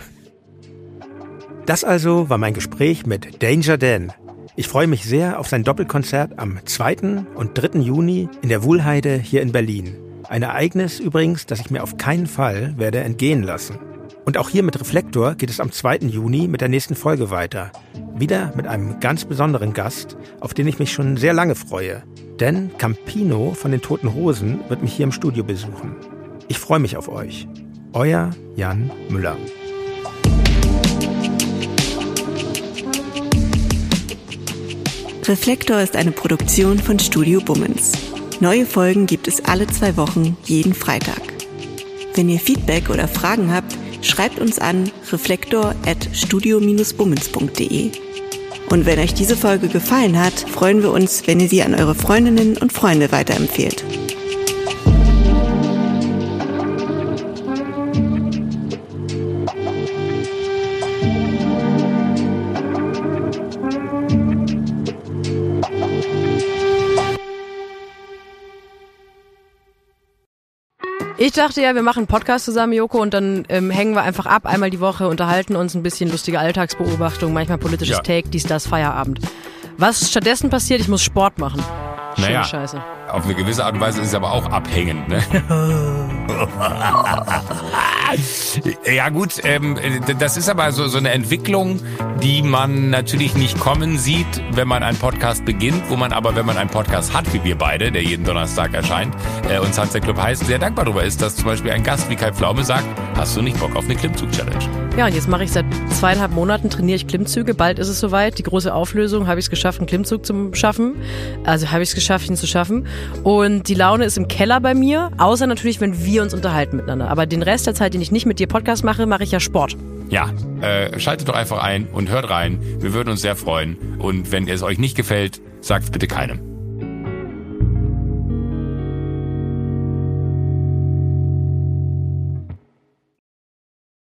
Das also war mein Gespräch mit Danger Dan. Ich freue mich sehr auf sein Doppelkonzert am zweiten und dritten Juni in der Wuhlheide hier in Berlin. Ein Ereignis übrigens, das ich mir auf keinen Fall werde entgehen lassen. Und auch hier mit Reflektor geht es am zweiten Juni mit der nächsten Folge weiter. Wieder mit einem ganz besonderen Gast, auf den ich mich schon sehr lange freue. Denn Campino von den Toten Hosen wird mich hier im Studio besuchen. Ich freue mich auf euch. Euer Jan Müller. Reflektor ist eine Produktion von Studio Bummens. Neue Folgen gibt es alle zwei Wochen, jeden Freitag. Wenn ihr Feedback oder Fragen habt, schreibt uns an reflektor at studio bummens punkt de. Und wenn euch diese Folge gefallen hat, freuen wir uns, wenn ihr sie an eure Freundinnen und Freunde weiterempfehlt. Ich dachte ja, wir machen einen Podcast zusammen, Joko, und dann ähm, hängen wir einfach ab, einmal die Woche, unterhalten uns ein bisschen, lustige Alltagsbeobachtung, manchmal politisches ja. Take, dies, das, Feierabend. Was stattdessen passiert, ich muss Sport machen. Schöne naja, Scheiße. Auf eine gewisse Art und Weise ist es aber auch abhängend, ne? Ja gut, ähm, das ist aber so, so eine Entwicklung, die man natürlich nicht kommen sieht, wenn man einen Podcast beginnt, wo man aber, wenn man einen Podcast hat, wie wir beide, der jeden Donnerstag erscheint, äh, und Sunset Club heißt, sehr dankbar darüber ist, dass zum Beispiel ein Gast wie Kai Pflaume sagt, hast du nicht Bock auf eine Klimmzug-Challenge? Ja, und jetzt mache ich seit zweieinhalb Monaten, trainiere ich Klimmzüge, bald ist es soweit, die große Auflösung, habe ich es geschafft, einen Klimmzug zu schaffen, also habe ich es geschafft, ihn zu schaffen und die Laune ist im Keller bei mir, außer natürlich, wenn wir uns unterhalten miteinander, aber den Rest der Zeit, den ich nicht mit dir Podcast mache, mache ich ja Sport. Ja, äh, schaltet doch einfach ein und hört rein, wir würden uns sehr freuen und wenn es euch nicht gefällt, sagt es bitte keinem.